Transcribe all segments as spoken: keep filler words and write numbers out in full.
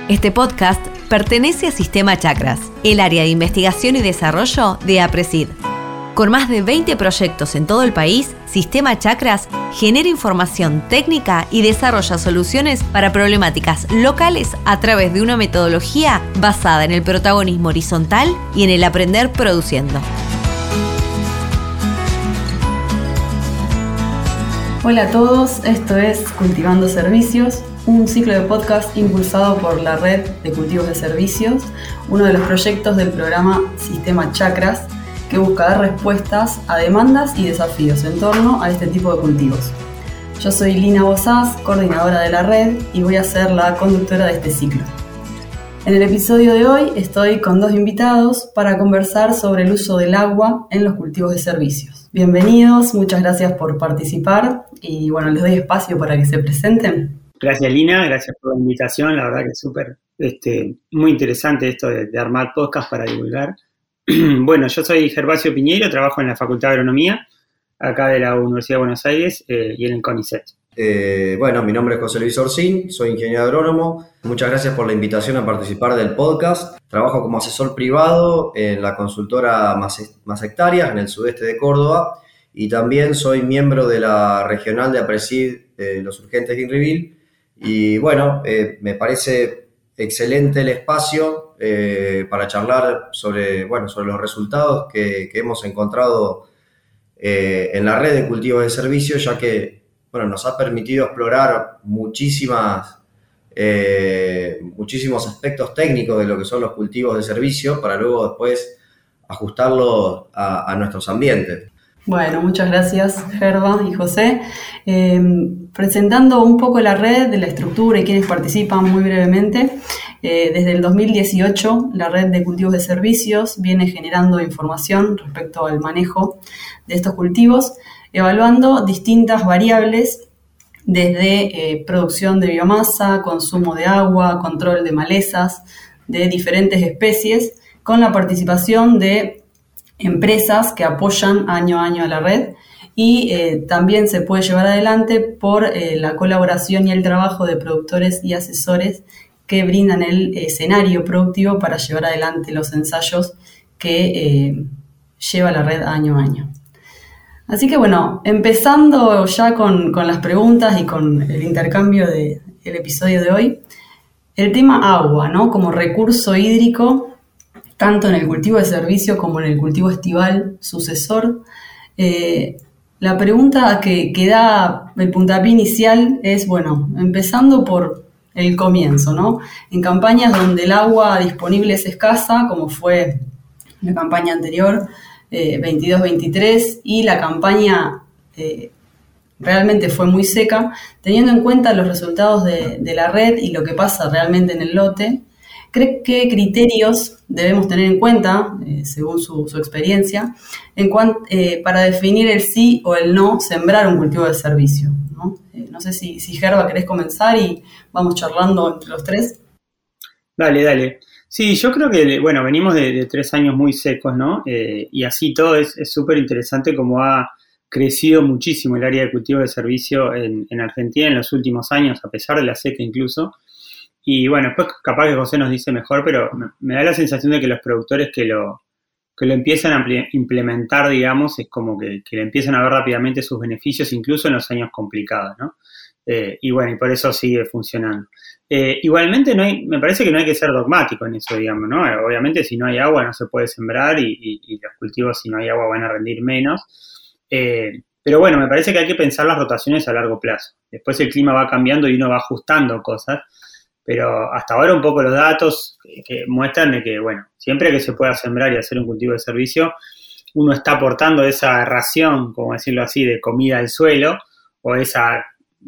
Este podcast pertenece a Sistema Chakras, el área de investigación y desarrollo de APRESID. Con más de veinte proyectos en todo el país, Sistema Chakras genera información técnica y desarrolla soluciones para problemáticas locales a través de una metodología basada en el protagonismo horizontal y en el aprender produciendo. Hola a todos, esto es Cultivando Servicios, un ciclo de podcast impulsado por la Red de Cultivos de Servicios, uno de los proyectos del programa Sistema Chakras, que busca dar respuestas a demandas y desafíos en torno a este tipo de cultivos. Yo soy Lina Bozás, coordinadora de la red, y voy a ser la conductora de este ciclo. En el episodio de hoy estoy con dos invitados para conversar sobre el uso del agua en los cultivos de servicios. Bienvenidos, muchas gracias por participar y bueno, les doy espacio para que se presenten. Gracias Lina, gracias por la invitación, la verdad que es súper, este, muy interesante esto de, de armar podcast para divulgar. Bueno, yo soy Gervasio Piñeiro, trabajo en la Facultad de Agronomía, acá de la Universidad de Buenos Aires eh, y en el CONICET. Eh, bueno, mi nombre es José Luis Orsín, soy ingeniero agrónomo. Muchas gracias por la invitación a participar del podcast. Trabajo como asesor privado en la consultora Más, Más Hectáreas, en el sudeste de Córdoba, y también soy miembro de la regional de APRESID eh, Los Urgentes de Inrivil. Y bueno, eh, me parece excelente el espacio eh, para charlar sobre, bueno, sobre los resultados que, que hemos encontrado eh, en la red de cultivos de servicios, ya que bueno, nos ha permitido explorar muchísimas, eh, muchísimos aspectos técnicos de lo que son los cultivos de servicio para luego después ajustarlos a, a nuestros ambientes. Bueno, muchas gracias Gerva y José. Eh, presentando un poco la red, de la estructura y quienes participan muy brevemente. Eh, desde el dos mil dieciocho, la red de cultivos de servicios viene generando información respecto al manejo de estos cultivos, evaluando distintas variables desde eh, producción de biomasa, consumo de agua, control de malezas de diferentes especies, con la participación de empresas que apoyan año a año a la red, y eh, también se puede llevar adelante por eh, la colaboración y el trabajo de productores y asesores que brindan el escenario productivo para llevar adelante los ensayos que eh, lleva la red año a año. Así que bueno, empezando ya con, con las preguntas y con el intercambio del episodio de hoy, el tema agua, ¿no? Como recurso hídrico, tanto en el cultivo de servicio como en el cultivo estival sucesor. Eh, la pregunta que, que da el puntapié inicial es, bueno, empezando por el comienzo, ¿no? En campañas donde el agua disponible es escasa, como fue la campaña anterior, Eh, veintidós veintitrés, y la campaña eh, realmente fue muy seca, teniendo en cuenta los resultados de, de la red y lo que pasa realmente en el lote, ¿cree qué criterios debemos tener en cuenta, eh, según su, su experiencia, en cuan, eh, para definir el sí o el no sembrar un cultivo de servicio, ¿no? Eh, no sé si, si Gerva querés comenzar y vamos charlando entre los tres. Dale, dale. Sí, yo creo que, bueno, venimos de, de tres años muy secos, ¿no? Eh, y así todo es súper interesante cómo ha crecido muchísimo el área de cultivo de servicio en, en Argentina en los últimos años, a pesar de la seca incluso. Y bueno, después capaz que José nos dice mejor, pero me, me da la sensación de que los productores que lo, que lo empiezan a implementar, digamos, es como que, que le empiezan a ver rápidamente sus beneficios, incluso en los años complicados, ¿no? Eh, y bueno, y por eso sigue funcionando. Eh, igualmente no hay, me parece que no hay que ser dogmático en eso, digamos, ¿no? Eh, obviamente si no hay agua no se puede sembrar y, y, y los cultivos si no hay agua van a rendir menos. Eh, pero bueno, me parece que hay que pensar las rotaciones a largo plazo. Después el clima va cambiando y uno va ajustando cosas, pero hasta ahora un poco los datos que, que muestran de que, bueno, siempre que se pueda sembrar y hacer un cultivo de servicio, uno está aportando esa ración, como decirlo así, de comida al suelo, o esa,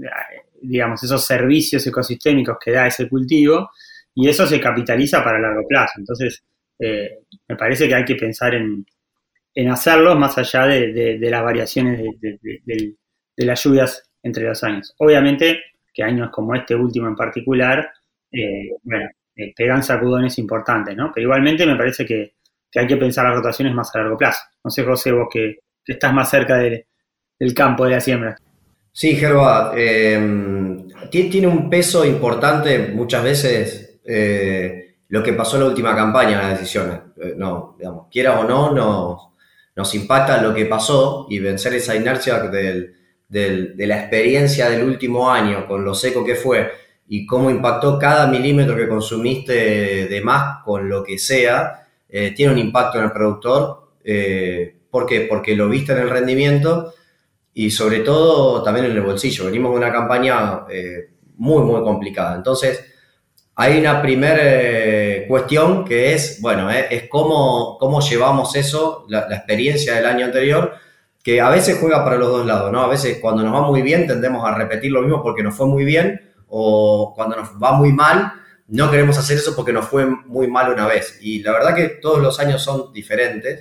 digamos, esos servicios ecosistémicos que da ese cultivo, y eso se capitaliza para largo plazo. Entonces, eh, me parece que hay que pensar en, en hacerlo más allá de, de, de las variaciones de, de, de, de, de las lluvias entre los años. Obviamente que años como este último en particular, eh, bueno, eh, pegan sacudones importantes, ¿no? Pero igualmente me parece que, que hay que pensar las rotaciones más a largo plazo. No sé, José, vos que, que estás más cerca de, del campo de la siembra. Sí, Gerva, eh, tiene un peso importante muchas veces eh, lo que pasó en la última campaña, las decisiones. Eh, no, digamos, quiera o no, nos, nos impacta lo que pasó y vencer esa inercia del, del, de la experiencia del último año con lo seco que fue y cómo impactó cada milímetro que consumiste de más con lo que sea, eh, tiene un impacto en el productor. Eh, ¿Por qué? Porque lo viste en el rendimiento y sobre todo también en el bolsillo. Venimos de una campaña eh, muy, muy complicada. Entonces, hay una primera eh, cuestión que es, bueno, eh, es cómo, cómo llevamos eso, la, la experiencia del año anterior, que a veces juega para los dos lados, ¿no? A veces cuando nos va muy bien tendemos a repetir lo mismo porque nos fue muy bien, o cuando nos va muy mal no queremos hacer eso porque nos fue muy mal una vez. Y la verdad que todos los años son diferentes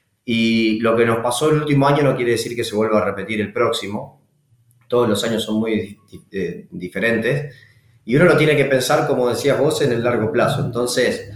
y lo que nos pasó el último año no quiere decir que se vuelva a repetir el próximo. Todos los años son muy eh, diferentes. Y uno lo tiene que pensar, como decías vos, en el largo plazo. Entonces,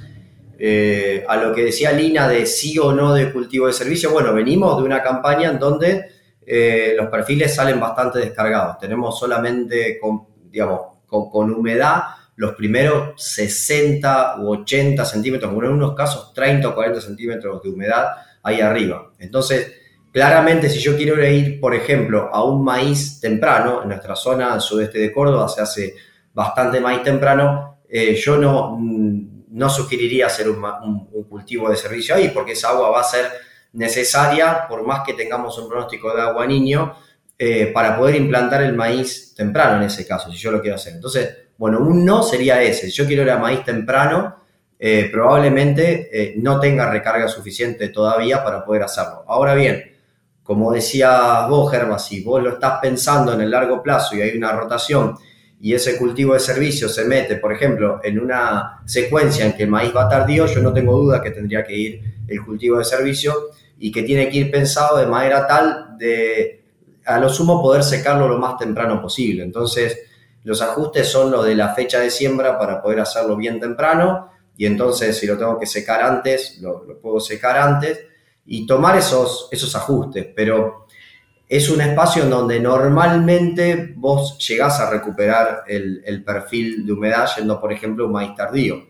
eh, a lo que decía Lina de sí o no de cultivo de servicio, bueno, venimos de una campaña en donde eh, los perfiles salen bastante descargados. Tenemos solamente, con, digamos, con, con humedad los primeros sesenta u ochenta centímetros, bueno, en unos casos treinta o cuarenta centímetros de humedad ahí arriba. Entonces, claramente, si yo quiero ir, por ejemplo, a un maíz temprano, en nuestra zona al sudeste de Córdoba se hace bastante maíz temprano, eh, yo no, no sugeriría hacer un, un, un cultivo de servicio ahí, porque esa agua va a ser necesaria, por más que tengamos un pronóstico de agua niño, eh, para poder implantar el maíz temprano en ese caso, si yo lo quiero hacer. Entonces, bueno, un no sería ese. Si yo quiero ir a maíz temprano, eh, probablemente eh, no tenga recarga suficiente todavía para poder hacerlo. Ahora bien, como decía vos, Gerba, si vos lo estás pensando en el largo plazo y hay una rotación y ese cultivo de servicio se mete, por ejemplo, en una secuencia en que el maíz va tardío, yo no tengo duda que tendría que ir el cultivo de servicio y que tiene que ir pensado de manera tal de, a lo sumo, poder secarlo lo más temprano posible. Entonces, los ajustes son los de la fecha de siembra para poder hacerlo bien temprano y entonces si lo tengo que secar antes, lo, lo puedo secar antes y tomar esos, esos ajustes, pero es un espacio en donde normalmente vos llegás a recuperar el, el perfil de humedad yendo, por ejemplo, a un maíz tardío.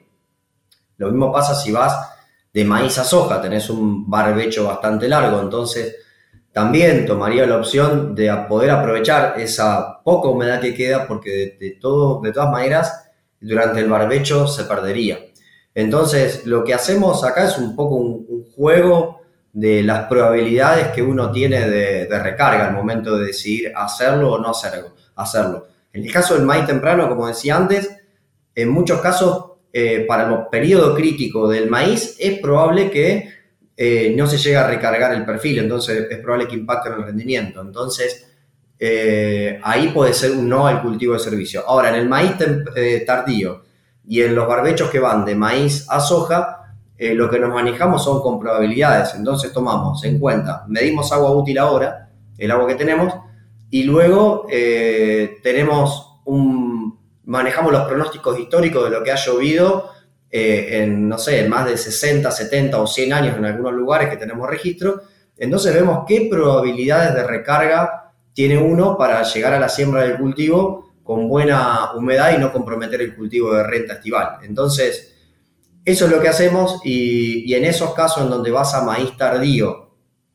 Lo mismo pasa si vas de maíz a soja, tenés un barbecho bastante largo, entonces también tomaría la opción de poder aprovechar esa poca humedad que queda porque de, de, todo, de todas maneras durante el barbecho se perdería. Entonces lo que hacemos acá es un poco un, un juego de las probabilidades que uno tiene de, de recarga al momento de decidir hacerlo o no hacerlo, hacerlo. En el caso del maíz temprano, como decía antes, en muchos casos eh, para el periodo crítico del maíz es probable que Eh, no se llega a recargar el perfil, entonces es probable que impacte en el rendimiento. Entonces, eh, ahí puede ser un no al cultivo de servicio. Ahora, en el maíz eh, tardío y en los barbechos que van de maíz a soja, eh, lo que nos manejamos son con probabilidades. Entonces, tomamos en cuenta, medimos agua útil ahora, el agua que tenemos, y luego eh, tenemos un, manejamos los pronósticos históricos de lo que ha llovido Eh, en, no sé, en más de sesenta, setenta o cien años en algunos lugares que tenemos registro. Entonces vemos qué probabilidades de recarga tiene uno para llegar a la siembra del cultivo con buena humedad y no comprometer el cultivo de renta estival. Entonces, eso es lo que hacemos y, y en esos casos en donde vas a maíz tardío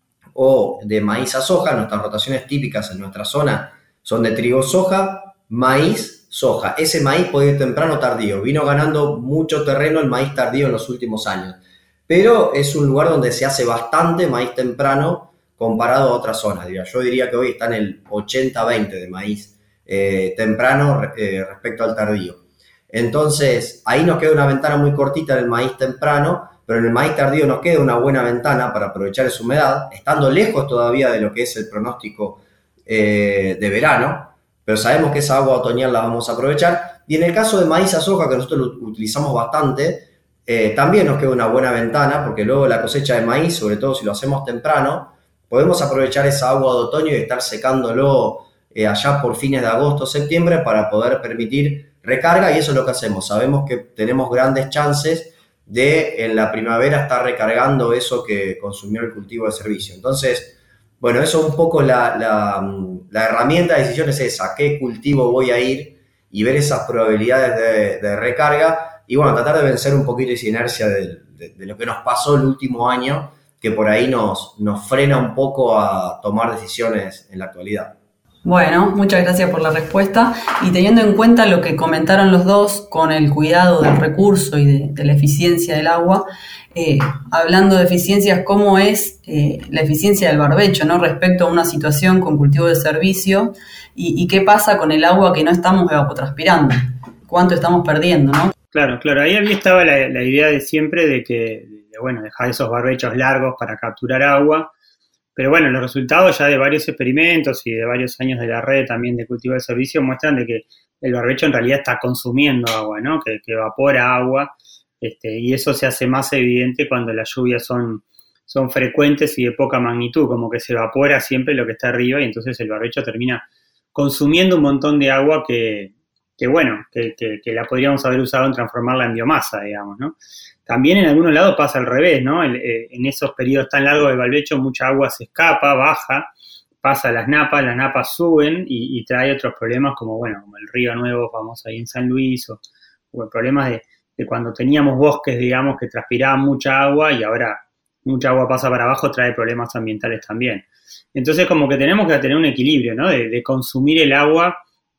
o de maíz a soja, nuestras rotaciones típicas en nuestra zona son de trigo soja, maíz, soja. Ese maíz puede ir temprano o tardío. Vino ganando mucho terreno el maíz tardío en los últimos años. Pero es un lugar donde se hace bastante maíz temprano comparado a otras zonas. Yo diría que hoy está en el ochenta veinte de maíz eh, temprano eh, respecto al tardío. Entonces, ahí nos queda una ventana muy cortita en el maíz temprano, pero en el maíz tardío nos queda una buena ventana para aprovechar esa humedad, estando lejos todavía de lo que es el pronóstico eh, de verano. Pero sabemos que esa agua otoñal la vamos a aprovechar. Y en el caso de maíz a soja, que nosotros lo utilizamos bastante, eh, también nos queda una buena ventana, porque luego la cosecha de maíz, sobre todo si lo hacemos temprano, podemos aprovechar esa agua de otoño y estar secándolo eh, allá por fines de agosto, septiembre, para poder permitir recarga, y eso es lo que hacemos. Sabemos que tenemos grandes chances de en la primavera estar recargando eso que consumió el cultivo de servicio. Entonces, bueno, eso es un poco la, la, la herramienta de decisión es esa, qué cultivo voy a ir y ver esas probabilidades de, de recarga y bueno, tratar de vencer un poquito esa inercia de, de, de lo que nos pasó el último año, que por ahí nos, nos frena un poco a tomar decisiones en la actualidad. Bueno, muchas gracias por la respuesta. Y teniendo en cuenta lo que comentaron los dos con el cuidado del recurso y de, de la eficiencia del agua, eh, hablando de eficiencias, ¿cómo es eh, la eficiencia del barbecho, ¿no? Respecto a una situación con cultivo de servicio? Y, y qué pasa con el agua que no estamos evapotranspirando? ¿Cuánto estamos perdiendo, no? Claro, claro. Ahí había estaba la, la idea de siempre de que, de, bueno, dejar esos barbechos largos para capturar agua. Pero bueno, los resultados ya de varios experimentos y de varios años de la red también de cultivo de servicio muestran de que el barbecho en realidad está consumiendo agua, ¿no? Que, que evapora agua, este, y eso se hace más evidente cuando las lluvias son, son frecuentes y de poca magnitud, como que se evapora siempre lo que está arriba y entonces el barbecho termina consumiendo un montón de agua que, que bueno, que, que, que la podríamos haber usado en transformarla en biomasa, digamos, ¿no? También en algunos lados pasa al revés, ¿no? El, eh, en esos periodos tan largos de barbecho mucha agua se escapa, baja, pasa a las napas, las napas suben y, y trae otros problemas como, bueno, como el río Nuevo famoso ahí en San Luis, o, o problemas de, de cuando teníamos bosques, digamos, que transpiraban mucha agua y ahora mucha agua pasa para abajo, trae problemas ambientales también. Entonces como que tenemos que tener un equilibrio, ¿no? De, de consumir el agua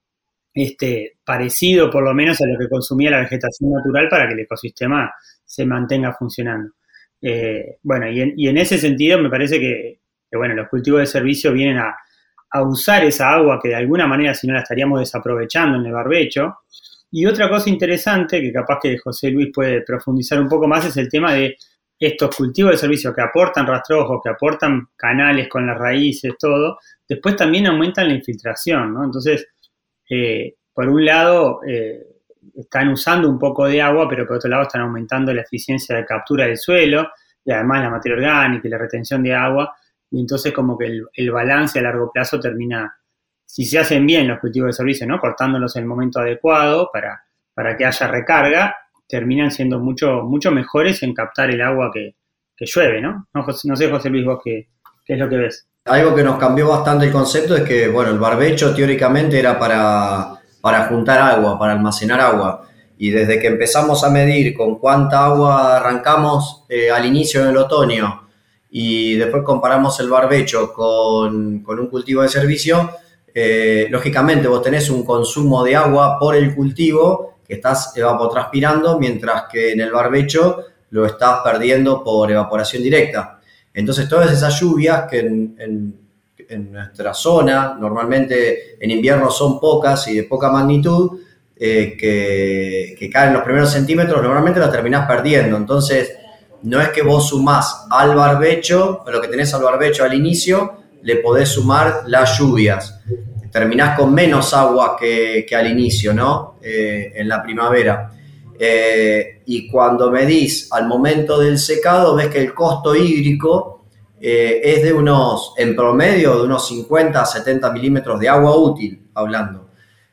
este, parecido por lo menos a lo que consumía la vegetación natural para que el ecosistema se mantenga funcionando. Eh, bueno, y en, y en ese sentido me parece que, que bueno, los cultivos de servicio vienen a, a usar esa agua que de alguna manera si no la estaríamos desaprovechando en el barbecho. Y otra cosa interesante, que capaz que José Luis puede profundizar un poco más, es el tema de estos cultivos de servicio que aportan rastrojos, que aportan canales con las raíces, todo, después también aumentan la infiltración, ¿no? Entonces, eh, por un lado, eh, están usando un poco de agua, pero por otro lado están aumentando la eficiencia de captura del suelo y además la materia orgánica y la retención de agua, y entonces como que el, el balance a largo plazo termina, si se hacen bien los cultivos de servicio, ¿no? Cortándolos en el momento adecuado para, para que haya recarga, terminan siendo mucho, mucho mejores en captar el agua que, que llueve, ¿no? No, José, no sé, José Luis, vos qué, qué es lo que ves. Algo que nos cambió bastante el concepto es que, bueno, el barbecho teóricamente era para, para juntar agua, para almacenar agua. Y desde que empezamos a medir con cuánta agua arrancamos eh, al inicio del otoño y después comparamos el barbecho con, con un cultivo de servicio, eh, lógicamente vos tenés un consumo de agua por el cultivo que estás evapotranspirando, mientras que en el barbecho lo estás perdiendo por evaporación directa. Entonces todas esas lluvias que en, en, en nuestra zona normalmente en invierno son pocas y de poca magnitud, eh, que, que caen los primeros centímetros, normalmente las terminás perdiendo. Entonces no es que vos sumás al barbecho, lo que tenés al barbecho al inicio, le podés sumar las lluvias. Terminás con menos agua que, que al inicio, ¿no? Eh, en la primavera. Eh, y cuando medís al momento del secado, ves que el costo hídrico eh, es de unos, en promedio, de unos cincuenta a setenta milímetros de agua útil, hablando.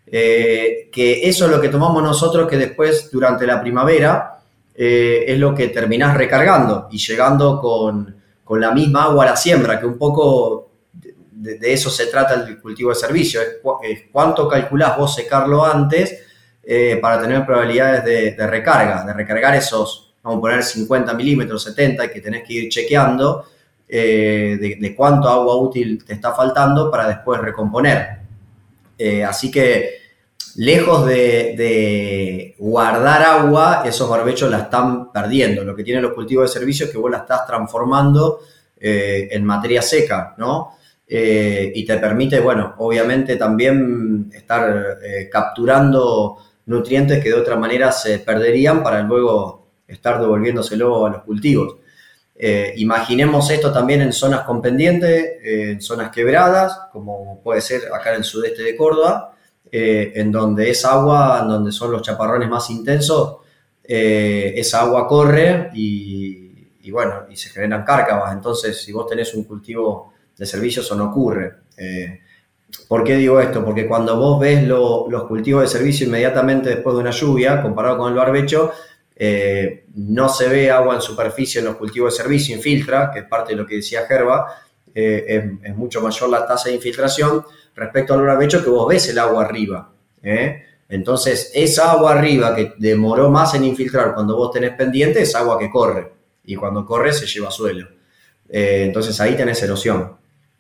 Eh, que eso es lo que tomamos nosotros, que después, durante la primavera, eh, es lo que terminás recargando y llegando con, con la misma agua a la siembra, que un poco de, de eso se trata el cultivo de servicio, es, cu- es cuánto calculás vos secarlo antes eh, para tener probabilidades de, de recarga, de recargar esos, vamos a poner cincuenta milímetros, setenta, que tenés que ir chequeando eh, de, de cuánto agua útil te está faltando para después recomponer. Eh, así que lejos de, de guardar agua, esos barbechos la están perdiendo. Lo que tienen los cultivos de servicio es que vos la estás transformando eh, en materia seca, ¿no? Eh, y te permite, bueno, obviamente también estar eh, capturando nutrientes que de otra manera se perderían para luego estar devolviéndoselo a los cultivos. Eh, imaginemos esto también en zonas con pendiente, eh, en zonas quebradas, como puede ser acá en el sudeste de Córdoba, eh, en donde esa agua, en donde son los chaparrones más intensos, eh, esa agua corre y, y bueno, y se generan cárcavas. Entonces, si vos tenés un cultivo de servicio, eso no ocurre. Eh, ¿Por qué digo esto? Porque cuando vos ves lo, los cultivos de servicio inmediatamente después de una lluvia, comparado con el barbecho, eh, no se ve agua en superficie en los cultivos de servicio, infiltra, que es parte de lo que decía Gerba, eh, es, es mucho mayor la tasa de infiltración respecto al barbecho, que vos ves el agua arriba, ¿eh? Entonces, esa agua arriba que demoró más en infiltrar cuando vos tenés pendiente es agua que corre. Y cuando corre se lleva suelo. Eh, entonces, ahí tenés erosión.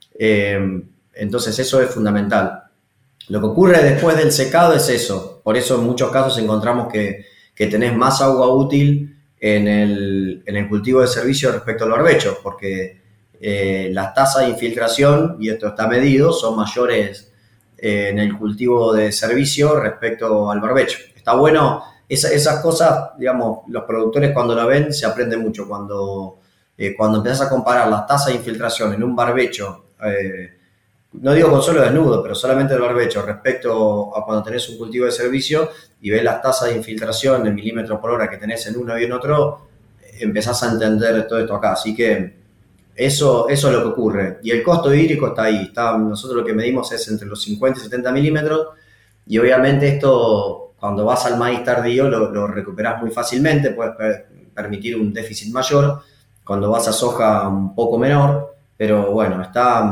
Eh, entonces, eso es fundamental. Lo que ocurre después del secado es eso. Por eso, en muchos casos, encontramos que, que tenés más agua útil en el, en el cultivo de servicio respecto al barbecho. Porque eh, las tasas de infiltración, y esto está medido, son mayores en el cultivo de servicio respecto al barbecho. Está bueno, esa, esas cosas, digamos, los productores cuando la ven se aprende mucho. Cuando, eh, cuando empezás a comparar las tasas de infiltración en un barbecho, eh, no digo con suelo desnudo, pero solamente el barbecho respecto a cuando tenés un cultivo de servicio y ves las tasas de infiltración en milímetros por hora que tenés en uno y en otro, empezás a entender todo esto acá. Así que Eso, eso es lo que ocurre. Y el costo hídrico está ahí. Está, nosotros lo que medimos es entre los cincuenta y setenta milímetros. Y obviamente esto, cuando vas al maíz tardío, lo, lo recuperás muy fácilmente. Puedes per, permitir un déficit mayor. Cuando vas a soja, un poco menor. Pero bueno, está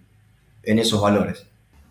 en esos valores.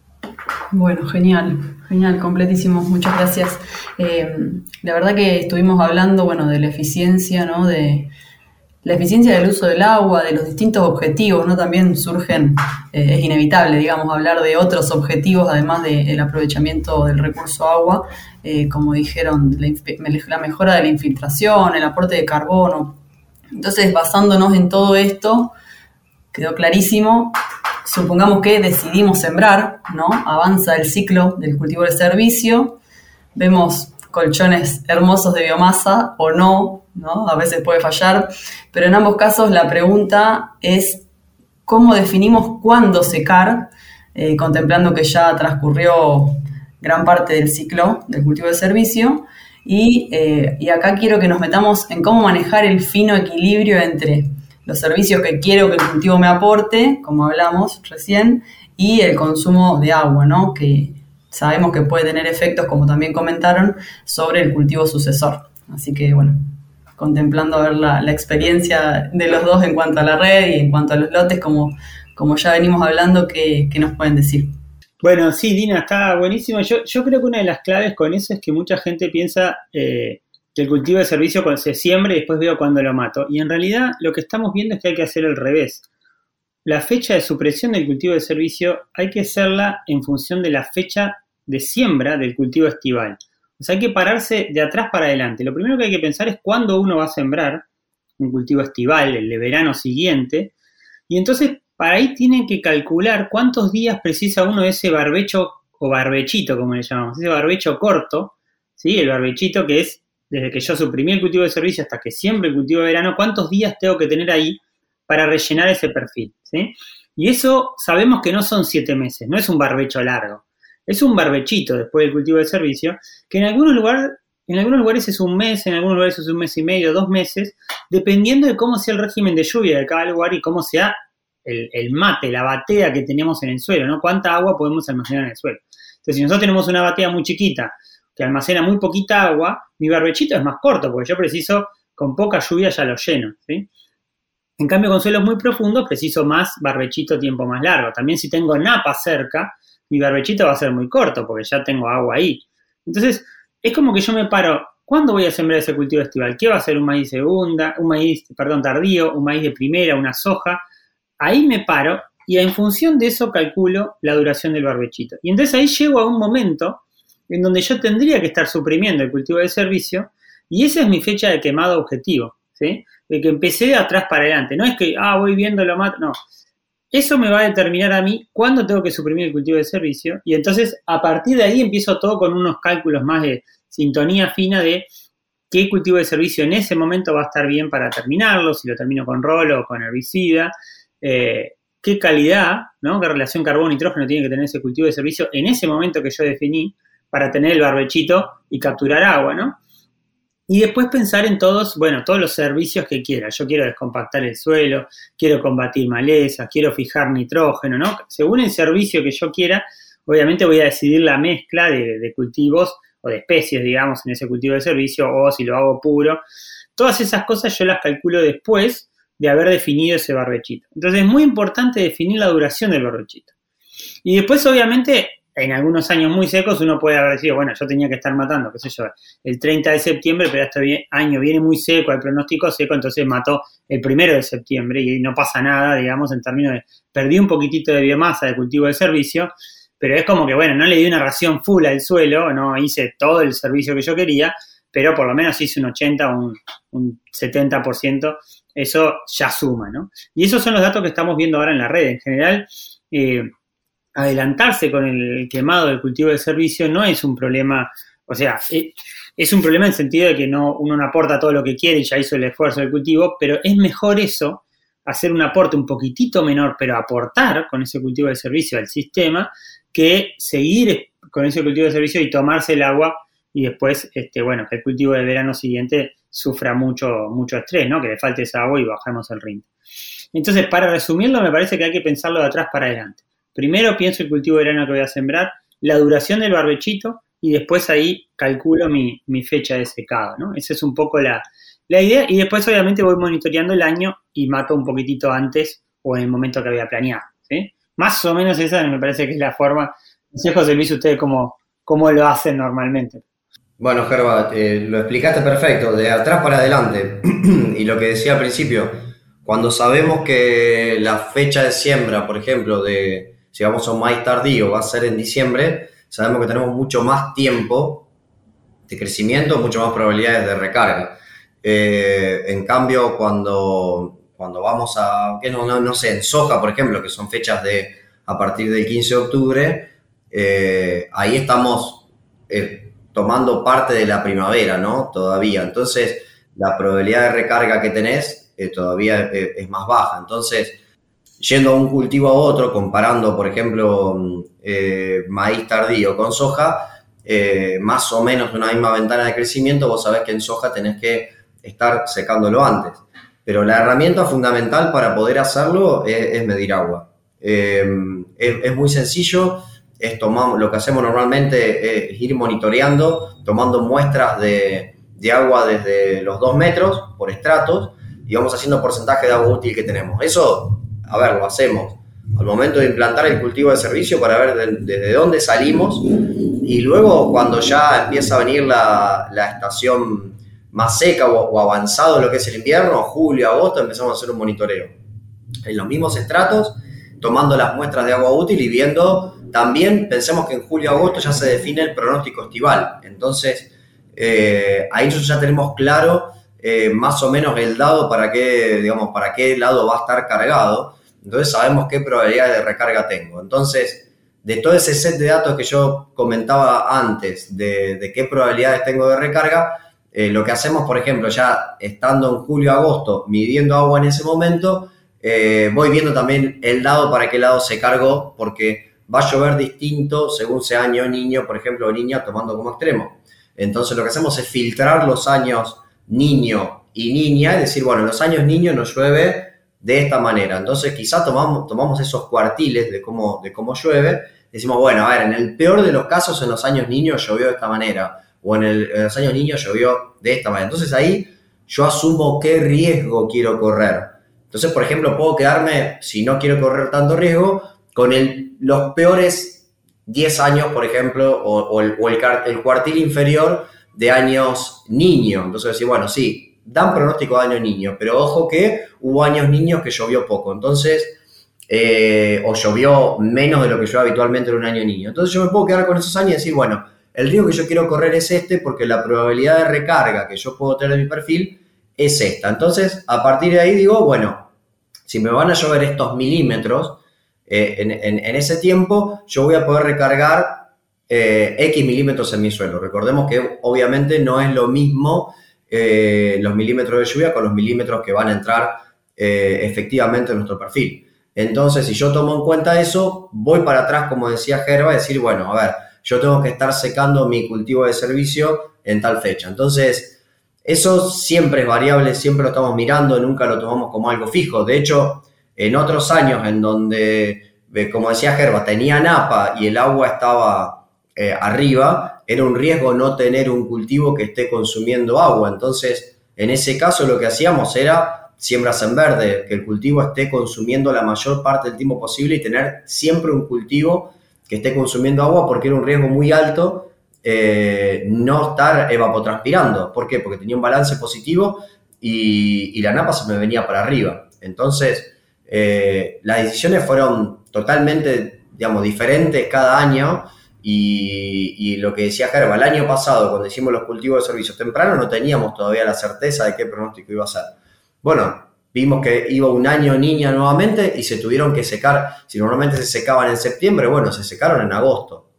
Bueno, genial. Genial, completísimo. Muchas gracias. Eh, la verdad que estuvimos hablando, bueno, de la eficiencia, ¿no? De La eficiencia del uso del agua, de los distintos objetivos, ¿no? También surgen, eh, es inevitable, digamos, hablar de otros objetivos, además del aprovechamiento del recurso agua, eh, como dijeron, la, la mejora de la infiltración, el aporte de carbono. Entonces, basándonos en todo esto, quedó clarísimo, supongamos que decidimos sembrar, ¿no? Avanza el ciclo del cultivo de servicio, vemos colchones hermosos de biomasa o no, ¿no? A veces puede fallar, pero en ambos casos la pregunta es cómo definimos cuándo secar, eh, contemplando que ya transcurrió gran parte del ciclo del cultivo de servicio, y, eh, y acá quiero que nos metamos en cómo manejar el fino equilibrio entre los servicios que quiero que el cultivo me aporte, como hablamos recién, y el consumo de agua, ¿no? Que sabemos que puede tener efectos, como también comentaron, sobre el cultivo sucesor. Así que, bueno, contemplando a ver la, la experiencia de los dos en cuanto a la red y en cuanto a los lotes, como, como ya venimos hablando, ¿qué, qué nos pueden decir? Bueno, sí, Dina, está buenísimo. Yo, yo creo que una de las claves con eso es que mucha gente piensa eh, que el cultivo de servicio se siembra y después veo cuándo lo mato. Y en realidad lo que estamos viendo es que hay que hacer el revés. La fecha de supresión del cultivo de servicio hay que hacerla en función de la fecha de siembra del cultivo estival. O sea, hay que pararse de atrás para adelante. Lo primero que hay que pensar es cuándo uno va a sembrar un cultivo estival, el de verano siguiente, y entonces para ahí tienen que calcular cuántos días precisa uno de ese barbecho o barbechito, como le llamamos, ese barbecho corto, ¿sí? El barbechito que es desde que yo suprimí el cultivo de servicio hasta que siembre el cultivo de verano, cuántos días tengo que tener ahí para rellenar ese perfil, ¿sí? Y eso sabemos que no son siete meses, no es un barbecho largo. Es un barbechito después del cultivo de servicio, que en algunos, lugar, en algunos lugares es un mes, en algunos lugares es un mes y medio, dos meses, dependiendo de cómo sea el régimen de lluvia de cada lugar y cómo sea el, el mate, la batea que tenemos en el suelo, ¿no? Cuánta agua podemos almacenar en el suelo. Entonces, si nosotros tenemos una batea muy chiquita que almacena muy poquita agua, mi barbechito es más corto, porque yo preciso, con poca lluvia ya lo lleno, ¿sí? En cambio, con suelos muy profundos, preciso más barbechito tiempo más largo. También si tengo napa cerca, mi barbechito va a ser muy corto porque ya tengo agua ahí. Entonces, es como que yo me paro, ¿cuándo voy a sembrar ese cultivo estival? ¿Qué va a ser? ¿Un maíz segunda? ¿Un maíz, perdón, tardío? ¿Un maíz de primera? ¿Una soja? Ahí me paro y en función de eso calculo la duración del barbechito. Y entonces ahí llego a un momento en donde yo tendría que estar suprimiendo el cultivo de servicio y esa es mi fecha de quemado objetivo, ¿sí? De que empecé de atrás para adelante. No es que, ah, voy viendo lo mato, no. Eso me va a determinar a mí cuándo tengo que suprimir el cultivo de servicio y entonces a partir de ahí empiezo todo con unos cálculos más de sintonía fina de qué cultivo de servicio en ese momento va a estar bien para terminarlo, si lo termino con rolo o con herbicida, eh, qué calidad, ¿no? Qué relación carbono-nitrógeno tiene que tener ese cultivo de servicio en ese momento que yo definí para tener el barbechito y capturar agua, ¿no? Y después pensar en todos, bueno, todos los servicios que quiera. Yo quiero descompactar el suelo, quiero combatir malezas, quiero fijar nitrógeno, ¿no? Según el servicio que yo quiera, obviamente voy a decidir la mezcla de, de cultivos o de especies, digamos, en ese cultivo de servicio, o si lo hago puro. Todas esas cosas yo las calculo después de haber definido ese barbechito. Entonces es muy importante definir la duración del barbechito. Y después, obviamente, en algunos años muy secos uno puede haber decidido, bueno, yo tenía que estar matando, qué sé yo, el treinta de septiembre, pero este año viene muy seco, el pronóstico seco, entonces mató el primero de septiembre y no pasa nada, digamos, en términos de, perdí un poquitito de biomasa de cultivo de servicio, pero es como que, bueno, no le di una ración full al suelo, no hice todo el servicio que yo quería, pero por lo menos hice un ochenta o un, un setenta por ciento, eso ya suma, ¿no? Y esos son los datos que estamos viendo ahora en la red. En general, eh, adelantarse con el quemado del cultivo de servicio no es un problema, o sea, es, es un problema en el sentido de que no, uno no aporta todo lo que quiere y ya hizo el esfuerzo del cultivo, pero es mejor eso, hacer un aporte un poquitito menor, pero aportar con ese cultivo de servicio al sistema, que seguir con ese cultivo de servicio y tomarse el agua y después, este, bueno, que el cultivo del verano siguiente sufra mucho, mucho estrés, ¿no? Que le falte esa agua y bajemos el rinde. Entonces, para resumirlo, me parece que hay que pensarlo de atrás para adelante. Primero pienso el cultivo de verano que voy a sembrar, la duración del barbechito y después ahí calculo mi, mi fecha de secado, ¿no? Esa es un poco la, la idea y después obviamente voy monitoreando el año y mato un poquitito antes o en el momento que había planeado, ¿sí? Más o menos esa me parece que es la forma. No sé, José Luis, ustedes cómo, cómo lo hacen normalmente. Bueno, Gerba, eh, lo explicaste perfecto, de atrás para adelante. Y lo que decía al principio, cuando sabemos que la fecha de siembra, por ejemplo, de si vamos a un maíz tardío, va a ser en diciembre, sabemos que tenemos mucho más tiempo de crecimiento, mucho más probabilidades de recarga. Eh, en cambio, cuando, cuando vamos a, que no, no, no sé, en soja, por ejemplo, que son fechas de a partir del quince de octubre, eh, ahí estamos eh, tomando parte de la primavera, ¿no? Todavía. Entonces, la probabilidad de recarga que tenés eh, todavía es, es más baja. Entonces, yendo a un cultivo a otro, comparando, por ejemplo, eh, maíz tardío con soja, eh, más o menos una misma ventana de crecimiento, vos sabés que en soja tenés que estar secándolo antes. Pero la herramienta fundamental para poder hacerlo es, es medir agua. Eh, es, es muy sencillo. Es tomamos, lo que hacemos normalmente es ir monitoreando, tomando muestras de, de agua desde los dos metros por estratos y vamos haciendo porcentaje de agua útil que tenemos. Eso, a ver, lo hacemos al momento de implantar el cultivo de servicio para ver de, desde dónde salimos y luego cuando ya empieza a venir la, la estación más seca o, o avanzado lo que es el invierno, julio, agosto, empezamos a hacer un monitoreo en los mismos estratos, tomando las muestras de agua útil y viendo. También pensemos que en julio-agosto ya se define el pronóstico estival. Entonces, eh, ahí nosotros ya tenemos claro eh, más o menos el dado para qué, digamos, para qué lado va a estar cargado. Entonces sabemos qué probabilidad de recarga tengo. Entonces, de todo ese set de datos que yo comentaba antes, de, de qué probabilidades tengo de recarga, eh, lo que hacemos, por ejemplo, ya estando en julio-agosto, midiendo agua en ese momento, eh, voy viendo también el dado para qué lado se cargó, porque va a llover distinto según sea año, niño, por ejemplo, o niña, tomando como extremo. Entonces lo que hacemos es filtrar los años niño y niña, es decir, bueno, en los años niño nos llueve de esta manera. Entonces quizá tomamos, tomamos esos cuartiles de cómo, de cómo llueve, decimos, bueno, a ver, en el peor de los casos en los años niños llovió de esta manera, o en, el, en los años niños llovió de esta manera. Entonces ahí yo asumo qué riesgo quiero correr. Entonces, por ejemplo, puedo quedarme, si no quiero correr tanto riesgo, con el, los peores diez años, por ejemplo, o, o, el, o el, el cuartil inferior de años niño. Entonces decir, bueno, sí, dan pronóstico de año niño, pero ojo que hubo años niños que llovió poco. Entonces, eh, o llovió menos de lo que llueve habitualmente en un año niño. Entonces yo me puedo quedar con esos años y decir, bueno, el riesgo que yo quiero correr es este porque la probabilidad de recarga que yo puedo tener en mi perfil es esta. Entonces, a partir de ahí digo, bueno, si me van a llover estos milímetros, Eh, en, en, en ese tiempo yo voy a poder recargar eh, X milímetros en mi suelo. Recordemos que obviamente no es lo mismo eh, los milímetros de lluvia con los milímetros que van a entrar eh, efectivamente en nuestro perfil. Entonces, si yo tomo en cuenta eso, voy para atrás, como decía Gerba, decir, bueno, a ver, yo tengo que estar secando mi cultivo de servicio en tal fecha. Entonces, eso siempre es variable, siempre lo estamos mirando, nunca lo tomamos como algo fijo. De hecho, en otros años en donde, como decía Gerba, tenía napa y el agua estaba eh, arriba, era un riesgo no tener un cultivo que esté consumiendo agua. Entonces, en ese caso lo que hacíamos era siembras en verde, que el cultivo esté consumiendo la mayor parte del tiempo posible y tener siempre un cultivo que esté consumiendo agua porque era un riesgo muy alto eh, no estar evapotranspirando. ¿Por qué? Porque tenía un balance positivo y, y la napa se me venía para arriba. Entonces, eh, las decisiones fueron totalmente, digamos, diferentes cada año. Y, y lo que decía Gerba, el año pasado, cuando hicimos los cultivos de servicio temprano, no teníamos todavía la certeza de qué pronóstico iba a ser. Bueno, vimos que iba un año niña nuevamente y se tuvieron que secar. Si normalmente se secaban en septiembre, bueno, se secaron en agosto.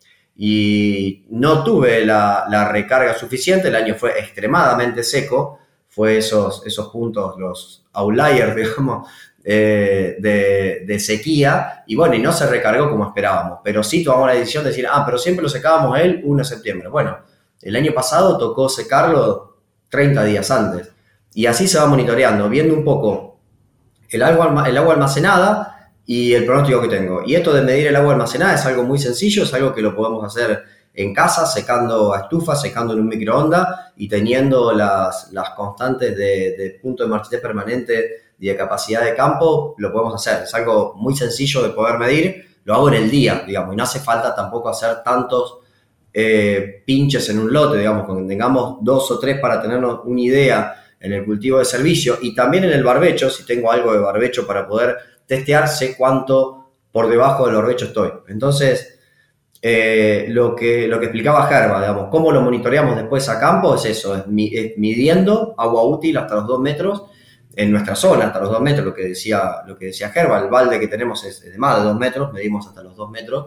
Y no tuve la, la recarga suficiente, el año fue extremadamente seco, fue esos, esos puntos, los outliers, digamos, Eh, de, de sequía, y bueno, y no se recargó como esperábamos, pero sí tomamos la decisión de decir, ah, pero siempre lo secábamos el primero de septiembre. Bueno, el año pasado tocó secarlo treinta días antes, y así se va monitoreando, viendo un poco el agua, el agua almacenada y el pronóstico que tengo. Y esto de medir el agua almacenada es algo muy sencillo, es algo que lo podemos hacer en casa, secando a estufa, secando en un microondas y teniendo las, las constantes de, de punto de marchitez permanente y de capacidad de campo, lo podemos hacer. Es algo muy sencillo de poder medir, lo hago en el día, digamos, y no hace falta tampoco hacer tantos eh, pinches en un lote, digamos, cuando tengamos dos o tres para tenernos una idea en el cultivo de servicio y también en el barbecho, si tengo algo de barbecho para poder testear, sé cuánto por debajo del barbecho estoy. Entonces, eh, lo, que, lo que explicaba Gerba, digamos, cómo lo monitoreamos después a campo es eso, es, mi, es midiendo agua útil hasta los dos metros, en nuestra zona, hasta los dos metros, lo que decía, lo que decía Gerba, el balde que tenemos es de más de dos metros, medimos hasta los dos metros,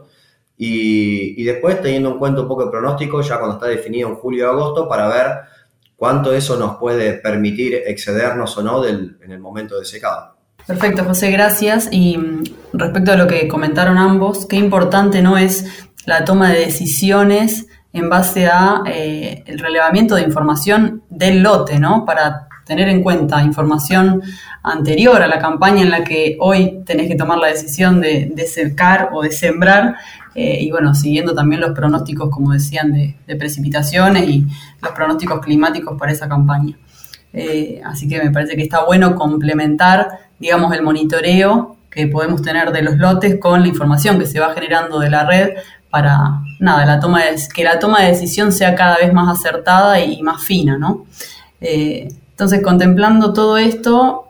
y, y después teniendo en cuenta un poco el pronóstico, ya cuando está definido en julio o agosto, para ver cuánto eso nos puede permitir excedernos o no del, en el momento de secado. Perfecto, José, gracias. Y respecto a lo que comentaron ambos, qué importante no es la toma de decisiones en base a eh, el relevamiento de información del lote, ¿no? Para tener en cuenta información anterior a la campaña en la que hoy tenés que tomar la decisión de, de secar o de sembrar, eh, y bueno, siguiendo también los pronósticos, como decían, de, de precipitaciones y los pronósticos climáticos para esa campaña. Eh, así que me parece que está bueno complementar, digamos, el monitoreo que podemos tener de los lotes con la información que se va generando de la red para, nada, la toma de, que la toma de decisión sea cada vez más acertada y más fina, ¿no? Eh, Entonces, contemplando todo esto,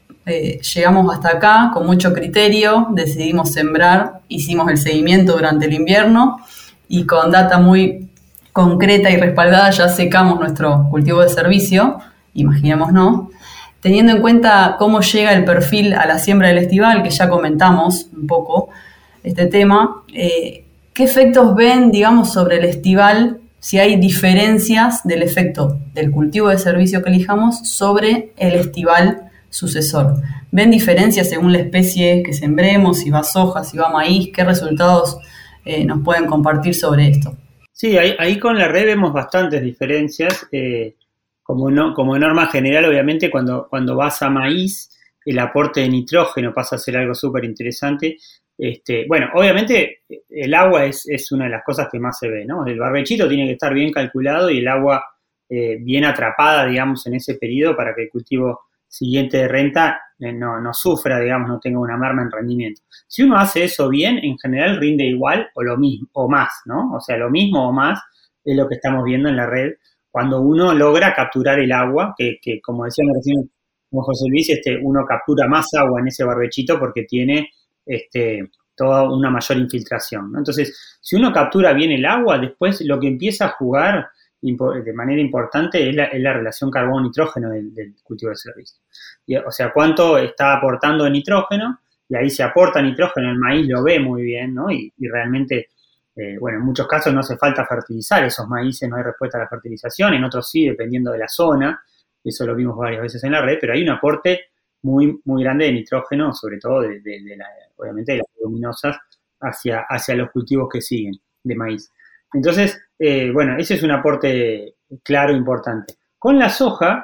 eh, llegamos hasta acá con mucho criterio, decidimos sembrar, hicimos el seguimiento durante el invierno y con data muy concreta y respaldada ya secamos nuestro cultivo de servicio, imaginémonos, teniendo en cuenta cómo llega el perfil a la siembra del estival, que ya comentamos un poco este tema, eh, ¿qué efectos ven, digamos, sobre el estival? Si hay diferencias del efecto del cultivo de servicio que elijamos sobre el estival sucesor. ¿Ven diferencias según la especie que sembremos, si va soja, si va maíz? ¿Qué resultados eh, nos pueden compartir sobre esto? Sí, ahí, ahí con la red vemos bastantes diferencias. Eh, como, no, como norma general, obviamente, cuando, cuando vas a maíz, el aporte de nitrógeno pasa a ser algo súper interesante. Este, bueno, obviamente el agua es, es una de las cosas que más se ve, ¿no? El barbechito tiene que estar bien calculado y el agua eh, bien atrapada, digamos, en ese periodo para que el cultivo siguiente de renta eh, no, no sufra, digamos, no tenga una merma en rendimiento. Si uno hace eso bien, en general rinde igual o lo mismo, o más, ¿no? O sea, lo mismo o más es lo que estamos viendo en la red cuando uno logra capturar el agua, que, que como decíamos recién, como José Luis, este, uno captura más agua en ese barbechito porque tiene Este, toda una mayor infiltración, ¿no? Entonces, si uno captura bien el agua, después lo que empieza a jugar de manera importante es la, es la relación carbono-nitrógeno del, del cultivo de servicio. Y, o sea, cuánto está aportando de nitrógeno, y ahí se aporta nitrógeno, el maíz lo ve muy bien, ¿no? Y, y realmente, eh, bueno, en muchos casos no hace falta fertilizar esos maíces, no hay respuesta a la fertilización, en otros sí, dependiendo de la zona, eso lo vimos varias veces en la red, pero hay un aporte muy, muy grande de nitrógeno, sobre todo de, de, de la, obviamente de las leguminosas, hacia, hacia los cultivos que siguen de maíz. Entonces, eh, bueno, ese es un aporte claro, importante. Con la soja,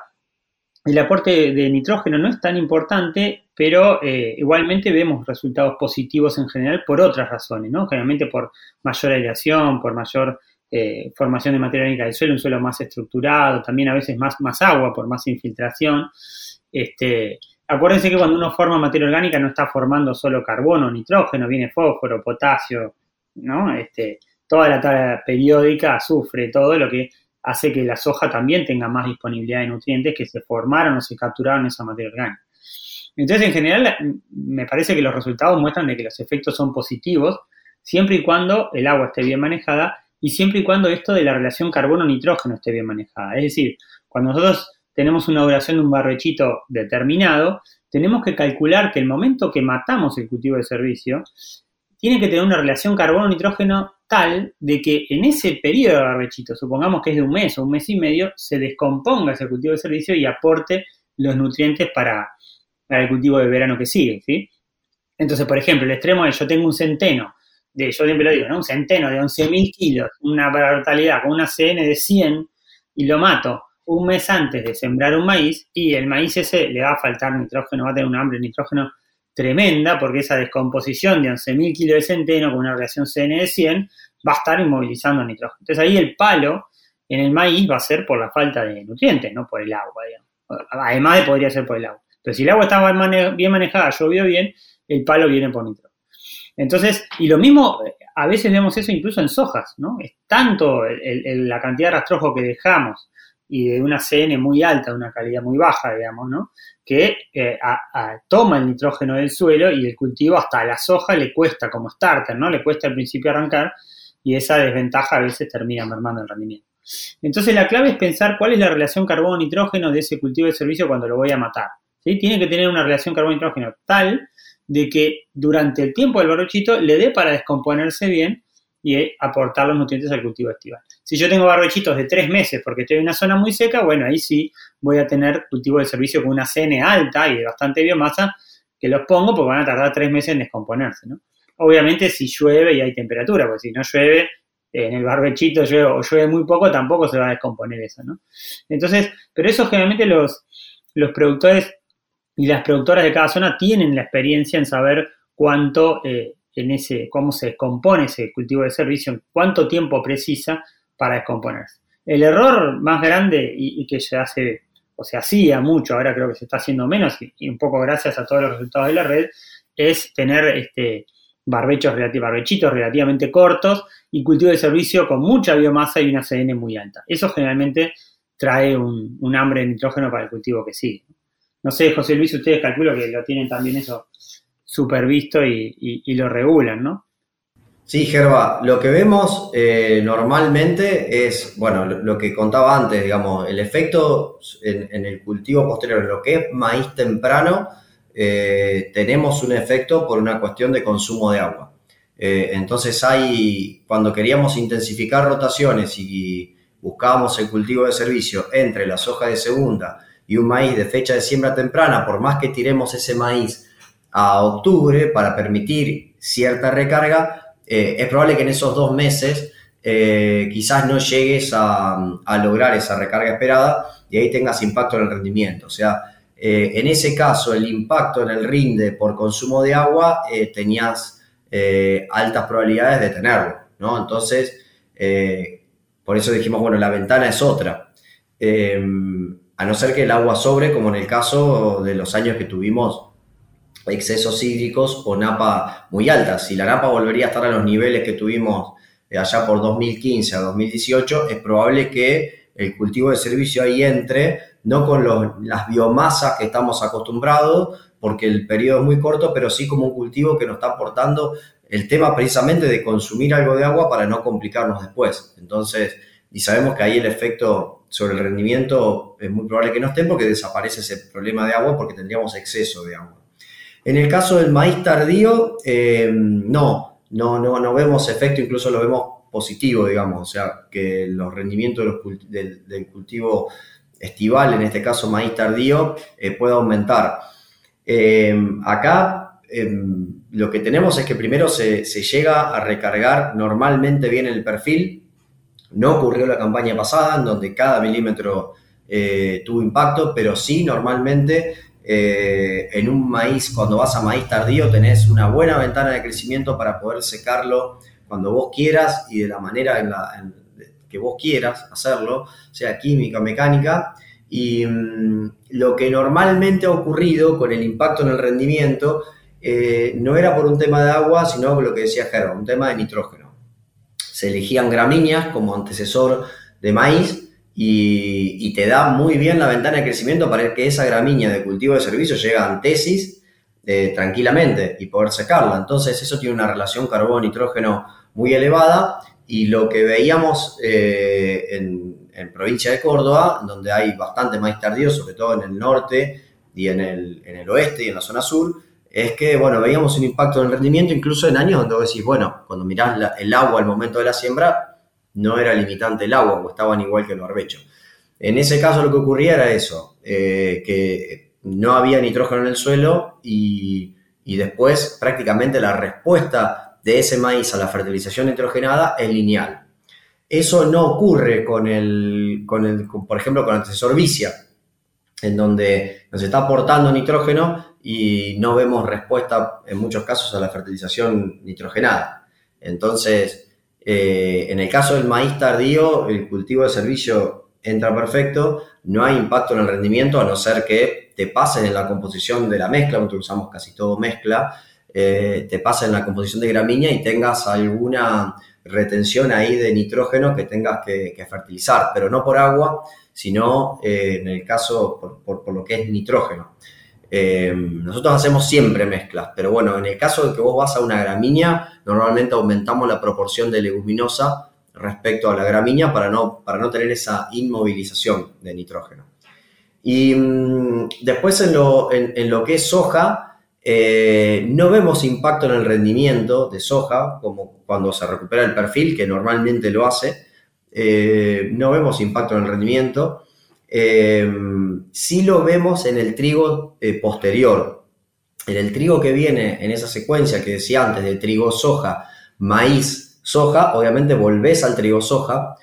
el aporte de nitrógeno no es tan importante, pero eh, igualmente vemos resultados positivos en general por otras razones, ¿no? Generalmente por mayor aireación, por mayor eh, formación de materia orgánica del suelo, un suelo más estructurado, también a veces más, más agua por más infiltración. Este, acuérdense que cuando uno forma materia orgánica no está formando solo carbono, nitrógeno, viene fósforo, potasio, ¿no? Este, toda la tabla periódica sufre todo, lo que hace que la soja también tenga más disponibilidad de nutrientes que se formaron o se capturaron en esa materia orgánica. Entonces, en general, me parece que los resultados muestran de que los efectos son positivos, siempre y cuando el agua esté bien manejada y siempre y cuando esto de la relación carbono-nitrógeno esté bien manejada. Es decir, cuando nosotros tenemos una duración de un barbechito determinado, tenemos que calcular que el momento que matamos el cultivo de servicio tiene que tener una relación carbono-nitrógeno tal de que en ese periodo de barbechito, supongamos que es de un mes o un mes y medio, se descomponga ese cultivo de servicio y aporte los nutrientes para, para el cultivo de verano que sigue, ¿sí? Entonces, por ejemplo, el extremo es yo tengo un centeno, de, yo siempre lo digo, ¿no? Un centeno de once mil kilos, una mortalidad con una C N de cien y lo mato un mes antes de sembrar un maíz y el maíz ese le va a faltar nitrógeno, va a tener un hambre de nitrógeno tremenda porque esa descomposición de once mil kilos de centeno con una relación C N de cien va a estar inmovilizando nitrógeno. Entonces ahí el palo en el maíz va a ser por la falta de nutrientes, no por el agua, digamos. Además de podría ser por el agua. Pero si el agua está bien manejada, llovió bien, el palo viene por nitrógeno. Entonces, y lo mismo, a veces vemos eso incluso en sojas, ¿no? Es tanto el, el, la cantidad de rastrojo que dejamos y de una C N muy alta, de una calidad muy baja, digamos, ¿no? Que eh, a, a, toma el nitrógeno del suelo y el cultivo hasta a la soja le cuesta como starter, ¿no? Le cuesta al principio arrancar y esa desventaja a veces termina mermando el rendimiento. Entonces la clave es pensar cuál es la relación carbono-nitrógeno de ese cultivo de servicio cuando lo voy a matar, ¿sí? Tiene que tener una relación carbono-nitrógeno tal de que durante el tiempo del barbechito le dé para descomponerse bien y aportar los nutrientes al cultivo estival. Si yo tengo barbechitos de tres meses porque estoy en una zona muy seca, bueno, ahí sí voy a tener cultivo de servicio con una C N alta y de bastante biomasa que los pongo porque van a tardar tres meses en descomponerse, ¿no? Obviamente si llueve y hay temperatura, porque si no llueve, en el barbechito llueve o llueve muy poco, tampoco se va a descomponer eso, ¿no? Entonces, pero eso generalmente los, los productores y las productoras de cada zona tienen la experiencia en saber cuánto, eh, en ese, cómo se descompone ese cultivo de servicio, en cuánto tiempo precisa para descomponerse. El error más grande y, y que se hace, o se hacía mucho, ahora creo que se está haciendo menos, y, y un poco gracias a todos los resultados de la red, es tener este, barbechos relati- barbechitos relativamente cortos y cultivo de servicio con mucha biomasa y una C N muy alta. Eso generalmente trae un, un hambre de nitrógeno para el cultivo que sigue. No sé, José Luis, ustedes calculo que lo tienen también eso súper visto y, y, y lo regulan, ¿no? Sí, Gerba, lo que vemos eh, normalmente es, bueno, lo, lo que contaba antes, digamos, el efecto en, en el cultivo posterior, en lo que es maíz temprano, eh, tenemos un efecto por una cuestión de consumo de agua. Eh, entonces hay, cuando queríamos intensificar rotaciones y buscábamos el cultivo de servicio entre la soja de segunda y un maíz de fecha de siembra temprana, por más que tiremos ese maíz a octubre para permitir cierta recarga, eh, es probable que en esos dos meses eh, quizás no llegues a, a lograr esa recarga esperada y ahí tengas impacto en el rendimiento. O sea, eh, en ese caso el impacto en el rinde por consumo de agua eh, tenías eh, altas probabilidades de tenerlo, ¿no? Entonces, eh, por eso dijimos, bueno, la ventana es otra. Eh, a no ser que el agua sobre, como en el caso de los años que tuvimos excesos hídricos o napa muy alta. Si la napa volvería a estar a los niveles que tuvimos allá por dos mil quince a dos mil dieciocho, es probable que el cultivo de servicio ahí entre, no con los, las biomasas que estamos acostumbrados, porque el periodo es muy corto, pero sí como un cultivo que nos está aportando el tema precisamente de consumir algo de agua para no complicarnos después. Entonces, y sabemos que ahí el efecto sobre el rendimiento es muy probable que no esté porque desaparece ese problema de agua porque tendríamos exceso de agua. En el caso del maíz tardío, eh, no, no, no, no vemos efecto, incluso lo vemos positivo, digamos, o sea, que los rendimientos de los culti- del, del cultivo estival, en este caso maíz tardío, eh, pueda aumentar. Eh, acá eh, lo que tenemos es que primero se, se llega a recargar normalmente bien el perfil. No ocurrió la campaña pasada, en donde cada milímetro eh, tuvo impacto, pero sí normalmente eh, en un maíz, cuando vas a maíz tardío, tenés una buena ventana de crecimiento para poder secarlo cuando vos quieras y de la manera en la, en, que vos quieras hacerlo, sea química, mecánica. Y mmm, lo que normalmente ha ocurrido con el impacto en el rendimiento eh, no era por un tema de agua, sino por lo que decía Gerba, un tema de nitrógeno. se elegían gramíneas como antecesor de maíz y, y te da muy bien la ventana de crecimiento para que esa gramínea de cultivo de servicio llegue a antesis eh, tranquilamente y poder secarla. Entonces eso tiene una relación carbono-nitrógeno muy elevada y lo que veíamos eh, en, en provincia de Córdoba, donde hay bastante maíz tardío, sobre todo en el norte y en el, en el oeste y en la zona sur, es que, bueno, veíamos un impacto en el rendimiento incluso en años donde vos decís, bueno, cuando mirás la, el agua al momento de la siembra, no era limitante el agua, o estaban igual que el barbecho. En ese caso lo que ocurría era eso, eh, que no había nitrógeno en el suelo y, y después prácticamente la respuesta de ese maíz a la fertilización nitrogenada es lineal. Eso no ocurre con el, con el con, por ejemplo, con el antecesor vicia, en donde nos está aportando nitrógeno y no vemos respuesta en muchos casos a la fertilización nitrogenada. Entonces, eh, en el caso del maíz tardío, el cultivo de servicio entra perfecto, no hay impacto en el rendimiento, a no ser que te pasen en la composición de la mezcla, nosotros usamos casi todo mezcla, eh, te pasen en la composición de gramínea y tengas alguna retención ahí de nitrógeno que tengas que, que fertilizar, pero no por agua, sino eh, en el caso por, por, por lo que es nitrógeno. Eh, nosotros hacemos siempre mezclas, pero bueno, en el caso de que vos vas a una gramínea, normalmente aumentamos la proporción de leguminosa respecto a la gramínea para no, para no tener esa inmovilización de nitrógeno. Y mmm, después en lo, en, en lo que es soja, eh, no vemos impacto en el rendimiento de soja, como cuando se recupera el perfil, que normalmente lo hace. Eh, no vemos impacto en el rendimiento. Eh, sí lo vemos en el trigo eh, posterior. En el trigo que viene en esa secuencia que decía antes de trigo, soja, maíz, soja, obviamente volvés al trigo soja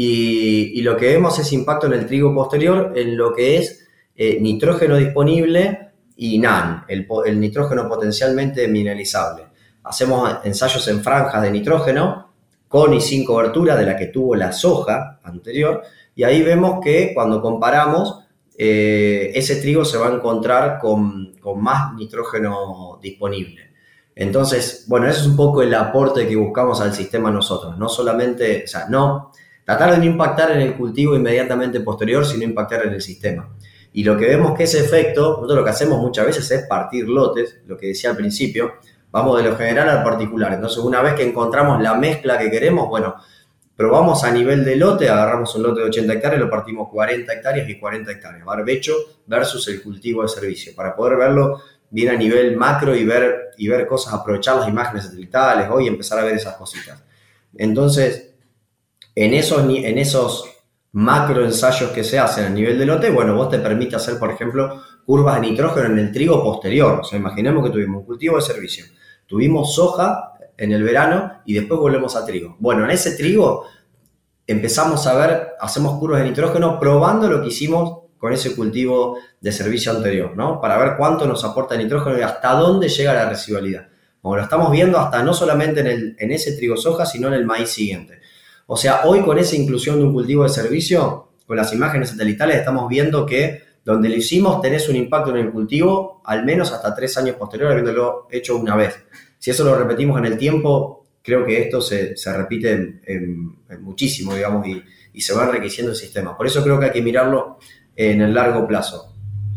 y, y lo que vemos es impacto en el trigo posterior en lo que es eh, nitrógeno disponible y N A N, el, el nitrógeno potencialmente mineralizable. Hacemos ensayos en franjas de nitrógeno con y sin cobertura de la que tuvo la soja anterior y ahí vemos que cuando comparamos eh, ese trigo se va a encontrar con, con más nitrógeno disponible. Entonces, bueno, eso es un poco el aporte que buscamos al sistema nosotros, no solamente, o sea, no tratar de no impactar en el cultivo inmediatamente posterior, sino impactar en el sistema. Y lo que vemos que ese efecto, nosotros lo que hacemos muchas veces es partir lotes, lo que decía al principio, vamos de lo general al particular. Entonces, una vez que encontramos la mezcla que queremos, bueno, probamos a nivel de lote, agarramos un lote de ochenta hectáreas, lo partimos cuarenta hectáreas y cuarenta hectáreas, barbecho versus el cultivo de servicio, para poder verlo bien a nivel macro y ver, y ver cosas, aprovechar las imágenes satelitales hoy y empezar a ver esas cositas. Entonces, en esos, en esos macro ensayos que se hacen a nivel de lote, bueno, vos te permite hacer, por ejemplo, curvas de nitrógeno en el trigo posterior. O sea, imaginemos que tuvimos un cultivo de servicio, tuvimos soja en el verano y después volvemos a trigo. Bueno, en ese trigo empezamos a ver, hacemos curvas de nitrógeno probando lo que hicimos con ese cultivo de servicio anterior, ¿no? Para ver cuánto nos aporta nitrógeno y hasta dónde llega la residualidad. Como lo estamos viendo hasta no solamente en, el, en ese trigo soja, sino en el maíz siguiente. O sea, hoy con esa inclusión de un cultivo de servicio, con las imágenes satelitales estamos viendo que donde lo hicimos tenés un impacto en el cultivo al menos hasta tres años posterior, habiéndolo hecho una vez. Si eso lo repetimos en el tiempo, creo que esto se, se repite en, en, en muchísimo, digamos, y, y se va enriqueciendo el sistema. Por eso creo que hay que mirarlo en el largo plazo.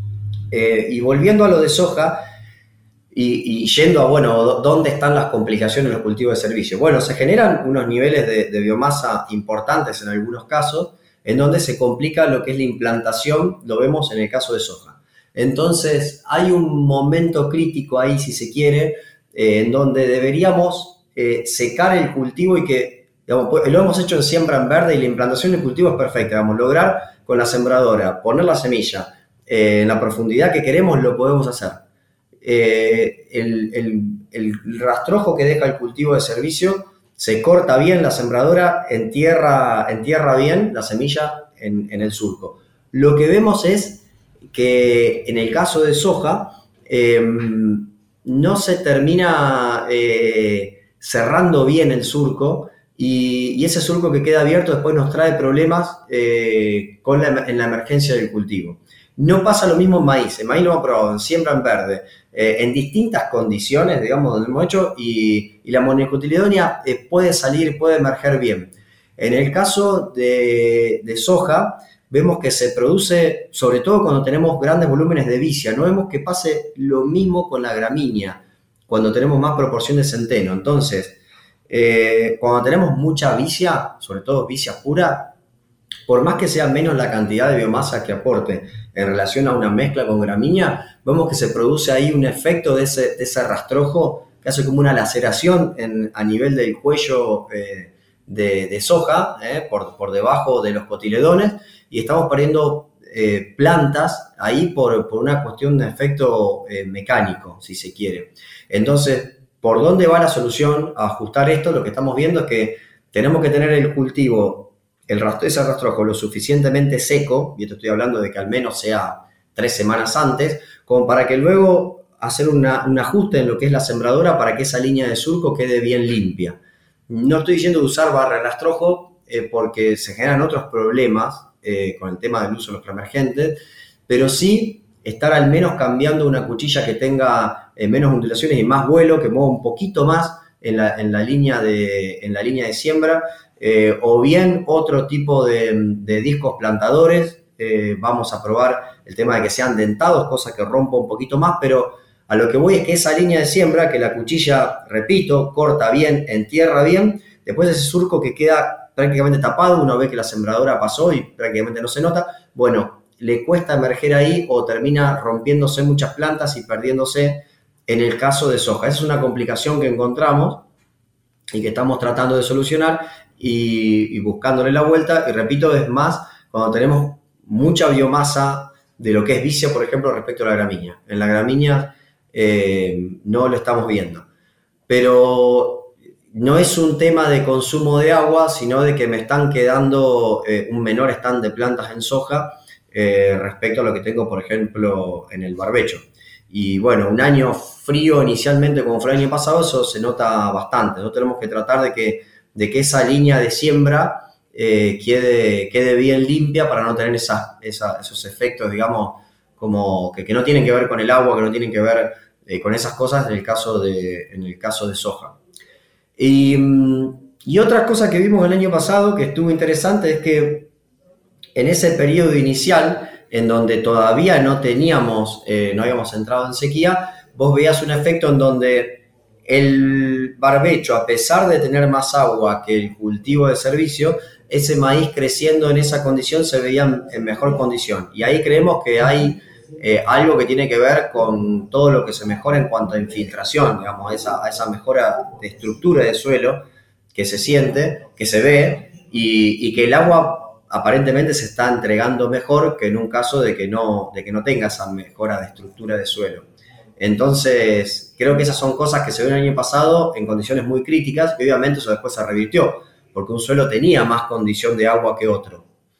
Eh, y volviendo a lo de soja y, y yendo a, bueno, ¿dónde están las complicaciones en los cultivos de servicio? Bueno, se generan unos niveles de, de biomasa importantes en algunos casos, en donde se complica lo que es la implantación, lo vemos en el caso de soja. Entonces, hay un momento crítico ahí, si se quiere, eh, en donde deberíamos eh, secar el cultivo y que, digamos, lo hemos hecho en siembra en verde y la implantación del cultivo es perfecta, vamos a lograr con la sembradora, poner la semilla eh, en la profundidad que queremos, lo podemos hacer. Eh, el, el, el rastrojo que deja el cultivo de servicio se corta bien, la sembradora entierra, entierra bien la semilla en, en el surco. Lo que vemos es que en el caso de soja eh, no se termina eh, cerrando bien el surco y, y ese surco que queda abierto después nos trae problemas eh, con la, en la emergencia del cultivo. No pasa lo mismo en maíz. En maíz lo hemos probado en siembra en verde, eh, en distintas condiciones, digamos, donde hemos hecho, y, y la monocotiledónea eh, puede salir, puede emerger bien. En el caso de, de soja, vemos que se produce, sobre todo cuando tenemos grandes volúmenes de vicia. No vemos que pase lo mismo con la gramínea, cuando tenemos más proporción de centeno. Entonces, eh, cuando tenemos mucha vicia, sobre todo vicia pura, por más que sea menos la cantidad de biomasa que aporte en relación a una mezcla con gramínea, vemos que se produce ahí un efecto de ese, de ese rastrojo que hace como una laceración en, a nivel del cuello eh, de, de soja, eh, por, por debajo de los cotiledones, y estamos perdiendo eh, plantas ahí por, por una cuestión de efecto eh, mecánico, si se quiere. Entonces, ¿por dónde va la solución a ajustar esto? Lo que estamos viendo es que tenemos que tener el cultivo, el rastro, ese rastrojo lo suficientemente seco, y esto estoy hablando de que al menos sea tres semanas antes, como para que luego hacer una, un ajuste en lo que es la sembradora para que esa línea de surco quede bien limpia. No estoy diciendo de usar barra de rastrojo eh, porque se generan otros problemas eh, con el tema del uso de los preemergentes, pero sí estar al menos cambiando una cuchilla que tenga eh, menos ondulaciones y más vuelo, que mueva un poquito más en la, en la, línea, de, en la línea de siembra, eh, o bien otro tipo de, de discos plantadores. Eh, vamos a probar el tema de que sean dentados, cosa que rompa un poquito más, pero a lo que voy es que esa línea de siembra, que la cuchilla, repito, corta bien, entierra bien, después ese surco que queda prácticamente tapado, uno ve que la sembradora pasó y prácticamente no se nota, bueno, le cuesta emerger ahí o termina rompiéndose muchas plantas y perdiéndose en el caso de soja. Esa es una complicación que encontramos y que estamos tratando de solucionar y, y buscándole la vuelta, y repito, es más cuando tenemos mucha biomasa de lo que es vicia, por ejemplo, respecto a la gramínea. En la gramínea eh, no lo estamos viendo. Pero no es un tema de consumo de agua, sino de que me están quedando eh, un menor stand de plantas en soja eh, respecto a lo que tengo, por ejemplo, en el barbecho. Y bueno, un año frío inicialmente, como fue el año pasado, eso se nota bastante. Nosotros tenemos que tratar de que, de que esa línea de siembra Eh, quede, quede bien limpia para no tener esas, esa, esos efectos, digamos, como que, que no tienen que ver con el agua, que no tienen que ver eh, con esas cosas en el caso de, en el caso de soja. Y, y otra cosa que vimos el año pasado que estuvo interesante es que en ese periodo inicial, en donde todavía no teníamos, eh, no habíamos entrado en sequía, vos veías un efecto en donde el barbecho, a pesar de tener más agua que el cultivo de servicio, ese maíz creciendo en esa condición se veía en mejor condición. Y ahí creemos que hay eh, algo que tiene que ver con todo lo que se mejora en cuanto a infiltración, digamos, esa, esa mejora de estructura de suelo que se siente, que se ve, y, y que el agua aparentemente se está entregando mejor que en un caso de que no, de que no tenga esa mejora de estructura de suelo. Entonces, creo que esas son cosas que se ven el año pasado en condiciones muy críticas, y obviamente eso después se revirtió, porque un suelo tenía más condición de agua que otro.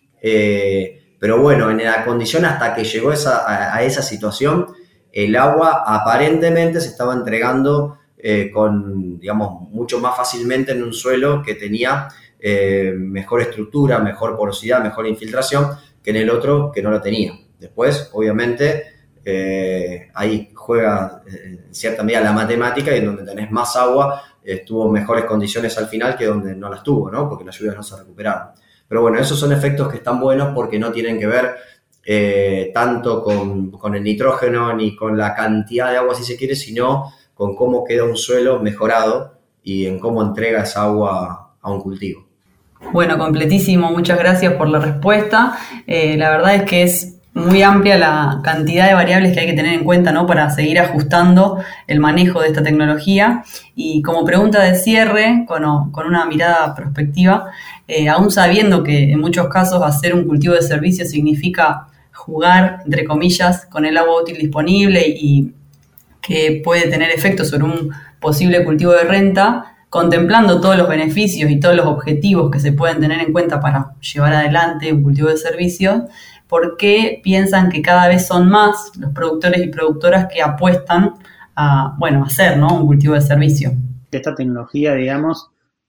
Eh, pero bueno, en la condición hasta que llegó esa, a, a esa situación, el agua aparentemente se estaba entregando eh, con, digamos, mucho más fácilmente en un suelo que tenía eh, mejor estructura, mejor porosidad, mejor infiltración, que en el otro que no lo tenía. Después, obviamente, eh, ahí juega eh, en cierta medida la matemática, y en donde tenés más agua, estuvo mejores condiciones al final que donde no las tuvo, ¿no? Porque las lluvias no se recuperaron. Pero bueno, esos son efectos que están buenos porque no tienen que ver eh, tanto con, con el nitrógeno ni con la cantidad de agua, si se quiere, sino con cómo queda un suelo mejorado y en cómo entrega esa agua a un cultivo. Bueno, completísimo. Muchas gracias por la respuesta. Eh, la verdad es que es muy amplia la cantidad de variables que hay que tener en cuenta, ¿no?, para seguir ajustando el manejo de esta tecnología. Y como pregunta de cierre, con, con una mirada prospectiva, eh, aún sabiendo que en muchos casos hacer un cultivo de servicio significa jugar, entre comillas, con el agua útil disponible y que puede tener efectos sobre un posible cultivo de renta, contemplando todos los beneficios y todos los objetivos que se pueden tener en cuenta para llevar adelante un cultivo de servicios, ¿por qué piensan que cada vez son más los productores y productoras que apuestan a, bueno, a hacer, ¿no?, un cultivo de servicio? Esta tecnología, digamos,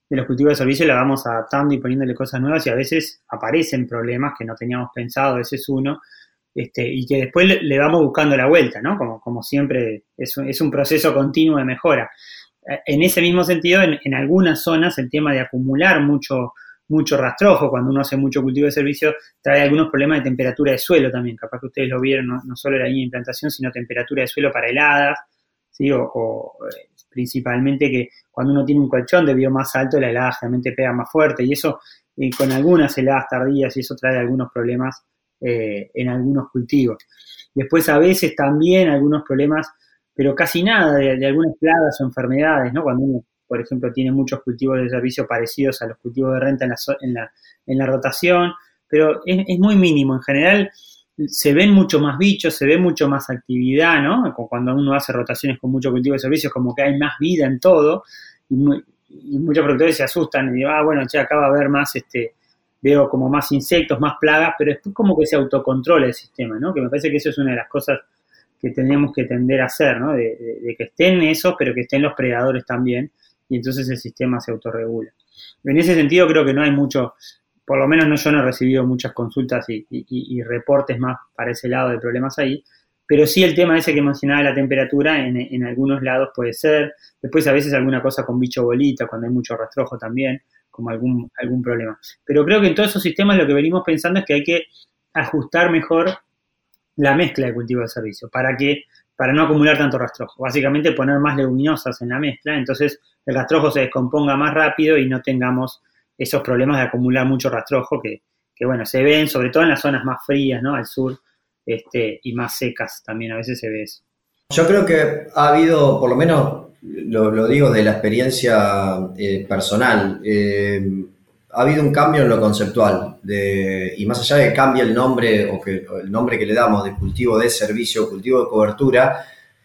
de los cultivos de servicio la vamos adaptando y poniéndole cosas nuevas y a veces aparecen problemas que no teníamos pensado, a veces uno, este, y que después le, le vamos buscando la vuelta, ¿no? Como, como siempre, es un, es un proceso continuo de mejora. En ese mismo sentido, en, en algunas zonas el tema de acumular mucho, mucho rastrojo, cuando uno hace mucho cultivo de servicio, trae algunos problemas de temperatura de suelo también. Capaz que ustedes lo vieron, no, no solo la línea de implantación, sino temperatura de suelo para heladas, ¿sí? O, o eh, principalmente que cuando uno tiene un colchón de biomasa alto, la helada generalmente pega más fuerte, y eso eh, con algunas heladas tardías, y eso trae algunos problemas eh, en algunos cultivos. Después a veces también algunos problemas, pero casi nada de, de algunas plagas o enfermedades, ¿no? Cuando uno, por ejemplo, tiene muchos cultivos de servicio parecidos a los cultivos de renta en la, en la, en la rotación, pero es, es muy mínimo. En general se ven mucho más bichos, se ve mucho más actividad, ¿no? Cuando uno hace rotaciones con mucho cultivo de servicios, como que hay más vida en todo, y, muy, y muchos productores se asustan y digo, ah, bueno, che, acá va a haber más, este, veo como más insectos, más plagas, pero después como que se autocontrola el sistema, ¿no? Que me parece que eso es una de las cosas que tenemos que tender a hacer, ¿no? De, de, de que estén esos, pero que estén los predadores también, y entonces el sistema se autorregula. En ese sentido creo que no hay mucho, por lo menos no, yo no he recibido muchas consultas y, y, y reportes más para ese lado de problemas ahí, pero sí el tema ese que mencionaba de la temperatura, en, en algunos lados puede ser, después a veces alguna cosa con bicho bolita, cuando hay mucho rastrojo también, como algún, algún problema. Pero creo que en todos esos sistemas lo que venimos pensando es que hay que ajustar mejor la mezcla de cultivo de servicio, para que, para no acumular tanto rastrojo. Básicamente poner más leguminosas en la mezcla, entonces el rastrojo se descomponga más rápido y no tengamos esos problemas de acumular mucho rastrojo que, que bueno, se ven sobre todo en las zonas más frías, ¿no? Al sur, este, y más secas también a veces se ve eso. Yo creo que ha habido, por lo menos lo, lo digo de la experiencia eh, personal, eh, ha habido un cambio en lo conceptual, de, y más allá de que cambie el nombre o, que, o el nombre que le damos de cultivo de servicio, cultivo de cobertura,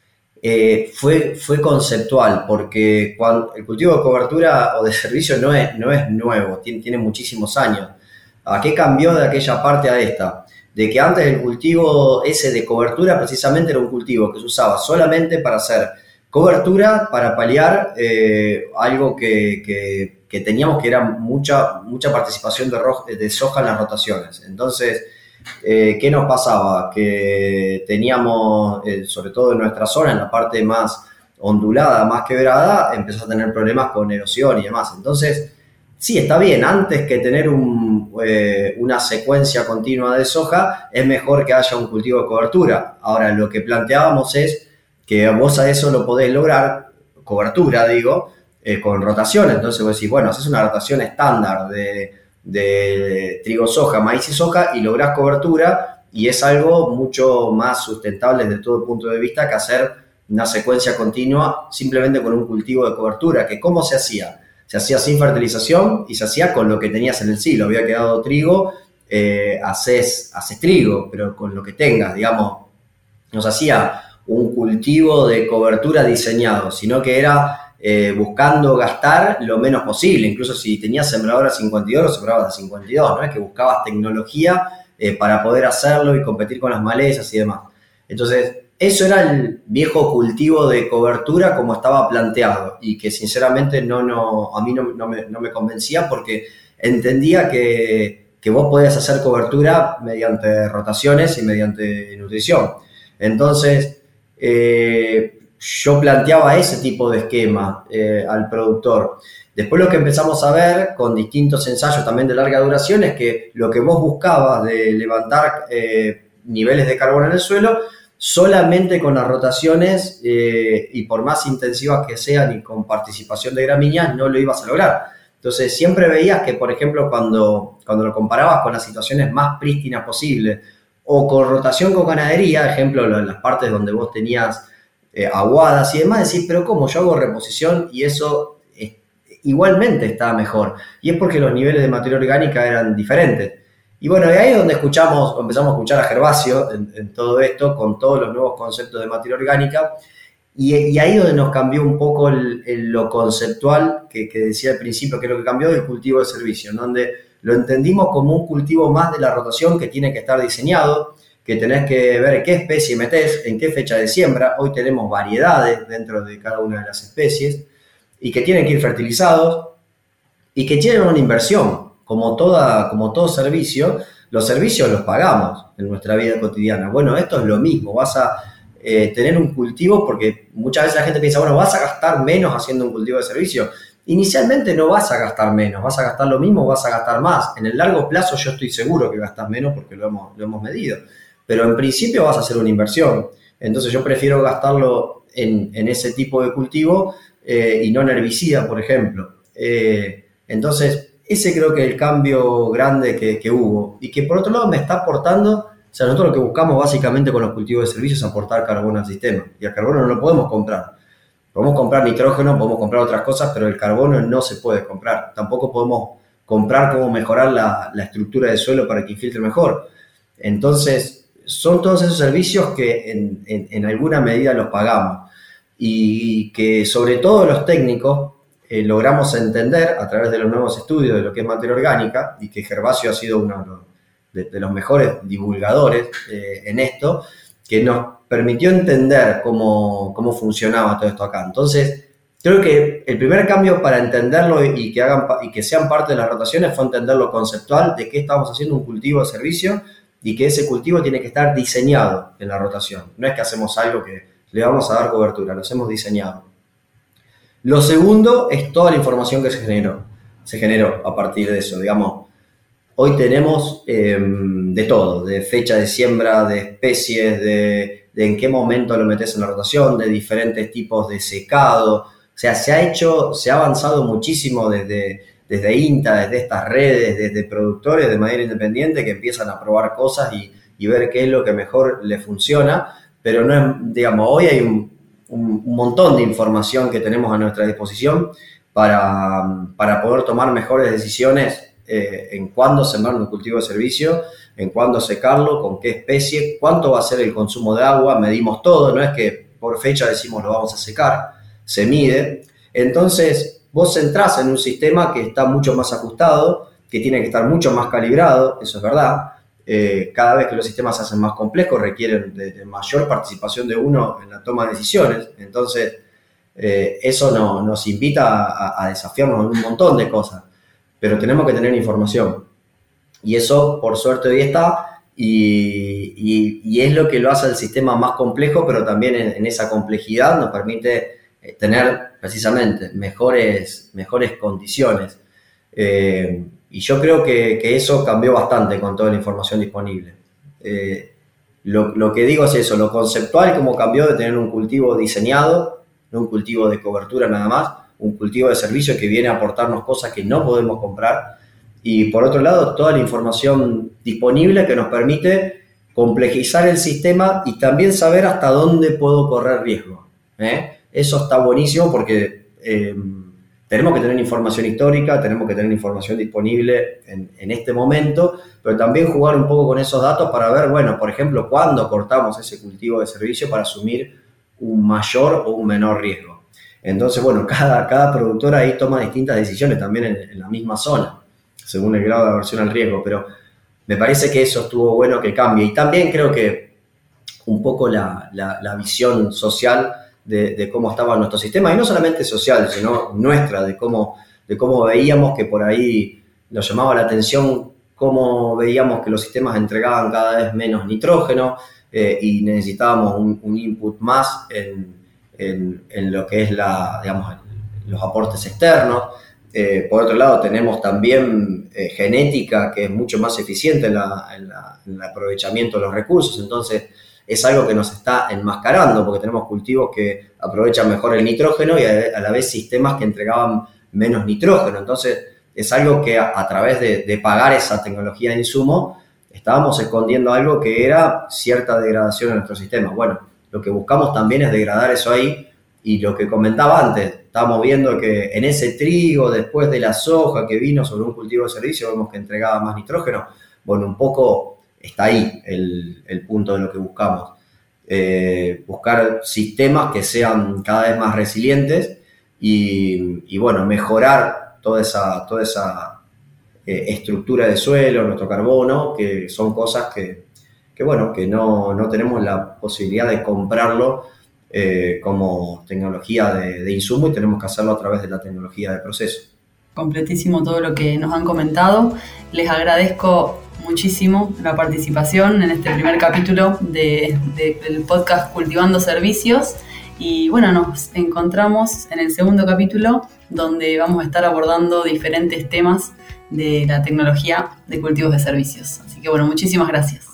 eh, fue, fue conceptual, porque cuando, el cultivo de cobertura o de servicio no es, no es nuevo, tiene, tiene muchísimos años. ¿A qué cambió de aquella parte a esta? De que antes el cultivo ese de cobertura precisamente era un cultivo que se usaba solamente para hacer cobertura, para paliar eh, algo que, que, que teníamos que era mucha, mucha participación de, ro- de soja en las rotaciones. Entonces, eh, ¿qué nos pasaba? Que teníamos, eh, sobre todo en nuestra zona, en la parte más ondulada, más quebrada, empezó a tener problemas con erosión y demás. Entonces, sí, está bien, antes que tener un, eh, una secuencia continua de soja, es mejor que haya un cultivo de cobertura. Ahora, lo que planteábamos es que vos a eso lo podés lograr, cobertura, digo, eh, con rotación. Entonces vos decís, bueno, haces una rotación estándar de, de trigo, soja, maíz y soja y lográs cobertura, y es algo mucho más sustentable desde todo punto de vista que hacer una secuencia continua simplemente con un cultivo de cobertura, que ¿cómo se hacía? Se hacía sin fertilización y se hacía con lo que tenías en el silo. Había quedado trigo, eh, haces, haces trigo, pero con lo que tengas, digamos, no se hacía un cultivo de cobertura diseñado, sino que era eh, buscando gastar lo menos posible. Incluso si tenías sembradora cincuenta y dos, lo sembrabas a cincuenta y dos, no es que buscabas tecnología eh, para poder hacerlo y competir con las malezas y demás. Entonces, eso era el viejo cultivo de cobertura como estaba planteado, y que sinceramente no, no, a mí no, no, me, no me convencía, porque entendía que, que vos podías hacer cobertura mediante rotaciones y mediante nutrición. Entonces, eh, yo planteaba ese tipo de esquema eh, al productor. Después lo que empezamos a ver con distintos ensayos también de larga duración es que lo que vos buscabas de levantar eh, niveles de carbono en el suelo, solamente con las rotaciones eh, y por más intensivas que sean y con participación de gramíneas, no lo ibas a lograr. Entonces siempre veías que, por ejemplo, cuando, cuando lo comparabas con las situaciones más prístinas posibles, o con rotación con ganadería, ejemplo, en las partes donde vos tenías eh, aguadas y demás, decís, pero ¿cómo? Yo hago reposición y eso es, igualmente está mejor. Y es porque los niveles de materia orgánica eran diferentes. Y bueno, de ahí es donde escuchamos, empezamos a escuchar a Gervasio en, en todo esto, con todos los nuevos conceptos de materia orgánica, y, y ahí es donde nos cambió un poco el, el, lo conceptual que, que decía al principio, que es lo que cambió del cultivo de servicio, en donde lo entendimos como un cultivo más de la rotación que tiene que estar diseñado, que tenés que ver qué especie metés, en qué fecha de siembra. Hoy tenemos variedades dentro de cada una de las especies y que tienen que ir fertilizados, y que tienen una inversión. Como, toda, como todo servicio, los servicios los pagamos en nuestra vida cotidiana. Bueno, esto es lo mismo, vas a eh, tener un cultivo, porque muchas veces la gente piensa, bueno, vas a gastar menos haciendo un cultivo de servicio. Inicialmente no vas a gastar menos, vas a gastar lo mismo, vas a gastar más. En el largo plazo yo estoy seguro que gastas menos porque lo hemos, lo hemos medido. Pero en principio vas a hacer una inversión. Entonces yo prefiero gastarlo en, en ese tipo de cultivo eh, y no en herbicida, por ejemplo. Eh, entonces, ese creo que es el cambio grande que, que hubo. Y que por otro lado me está aportando, o sea, nosotros lo que buscamos básicamente con los cultivos de servicio es aportar carbono al sistema. Y el carbono no lo podemos comprar. Podemos comprar nitrógeno, podemos comprar otras cosas, pero el carbono no se puede comprar. Tampoco podemos comprar cómo mejorar la, la estructura del suelo para que infiltre mejor. Entonces, son todos esos servicios que en, en, en alguna medida los pagamos. Y que sobre todo los técnicos eh, logramos entender a través de los nuevos estudios de lo que es materia orgánica, y que Gervasio ha sido uno de, de los mejores divulgadores eh, en esto, que nos permitió entender cómo, cómo funcionaba todo esto acá. Entonces, creo que el primer cambio para entenderlo y que, hagan, y que sean parte de las rotaciones fue entender lo conceptual de que estamos haciendo un cultivo de servicio y que ese cultivo tiene que estar diseñado en la rotación. No es que hacemos algo que le vamos a dar cobertura, lo hemos diseñado. Lo segundo es toda la información que se generó, se generó a partir de eso. Digamos, hoy tenemos eh, de todo, de fecha de siembra, de especies, de, de en qué momento lo metes en la rotación, de diferentes tipos de secado. O sea, se ha hecho, se ha avanzado muchísimo desde, desde INTA, desde estas redes, desde productores de manera independiente que empiezan a probar cosas y, y ver qué es lo que mejor les funciona. Pero no es, digamos, hoy hay un, un, un montón de información que tenemos a nuestra disposición para, para poder tomar mejores decisiones eh, en cuándo sembrar un cultivo de servicio, en cuándo secarlo, con qué especie, cuánto va a ser el consumo de agua, medimos todo, no es que por fecha decimos lo vamos a secar, se mide. Entonces vos entrás en un sistema que está mucho más ajustado, que tiene que estar mucho más calibrado, eso es verdad. Eh, cada vez que los sistemas se hacen más complejos requieren de, de mayor participación de uno en la toma de decisiones. Entonces eh, eso no, nos invita a, a desafiarnos en un montón de cosas, pero tenemos que tener información y eso por suerte hoy está y, y, y es lo que lo hace el sistema más complejo, pero también en, en esa complejidad nos permite eh, tener precisamente mejores, mejores condiciones. Eh, Y yo creo que, que eso cambió bastante con toda la información disponible. Eh, lo, lo que digo es eso, lo conceptual, como cambió de tener un cultivo diseñado, no un cultivo de cobertura nada más, un cultivo de servicio que viene a aportarnos cosas que no podemos comprar. Y por otro lado, toda la información disponible que nos permite complejizar el sistema y también saber hasta dónde puedo correr riesgo. ¿eh? Eso está buenísimo porque... Eh, Tenemos que tener información histórica, tenemos que tener información disponible en, en este momento, pero también jugar un poco con esos datos para ver, bueno, por ejemplo, cuándo cortamos ese cultivo de servicio para asumir un mayor o un menor riesgo. Entonces, bueno, cada, cada productor ahí toma distintas decisiones también en, en la misma zona, según el grado de aversión al riesgo, pero me parece que eso estuvo bueno que cambie. Y también creo que un poco la, la, la visión social De, de cómo estaba nuestro sistema, y no solamente social, sino nuestra, de cómo, de cómo veíamos que por ahí nos llamaba la atención, cómo veíamos que los sistemas entregaban cada vez menos nitrógeno eh, y necesitábamos un, un input más en, en, en lo que es la, digamos, los aportes externos. Eh, por otro lado, tenemos también eh, genética que es mucho más eficiente en, la, en, la, en el aprovechamiento de los recursos, entonces es algo que nos está enmascarando porque tenemos cultivos que aprovechan mejor el nitrógeno y a la vez sistemas que entregaban menos nitrógeno. Entonces es algo que a, a través de, de pagar esa tecnología de insumo estábamos escondiendo algo que era cierta degradación en nuestro sistema. Bueno, lo que buscamos también es degradar eso ahí y lo que comentaba antes, estábamos viendo que en ese trigo, después de la soja que vino sobre un cultivo de servicio, vemos que entregaba más nitrógeno. Bueno, un poco... está ahí el, el punto de lo que buscamos. Eh, buscar sistemas que sean cada vez más resilientes y, y bueno, mejorar toda esa, toda esa eh, estructura de suelo, nuestro carbono, que son cosas que, que bueno, que no, no tenemos la posibilidad de comprarlo eh, como tecnología de, de insumo y tenemos que hacerlo a través de la tecnología de proceso. completísimo todo lo que nos han comentado. Les agradezco muchísimo la participación en este primer capítulo de, de, del podcast Cultivando Servicios. Y bueno, nos encontramos en el segundo capítulo, donde vamos a estar abordando diferentes temas de la tecnología de cultivos de servicios. Así que bueno, muchísimas gracias.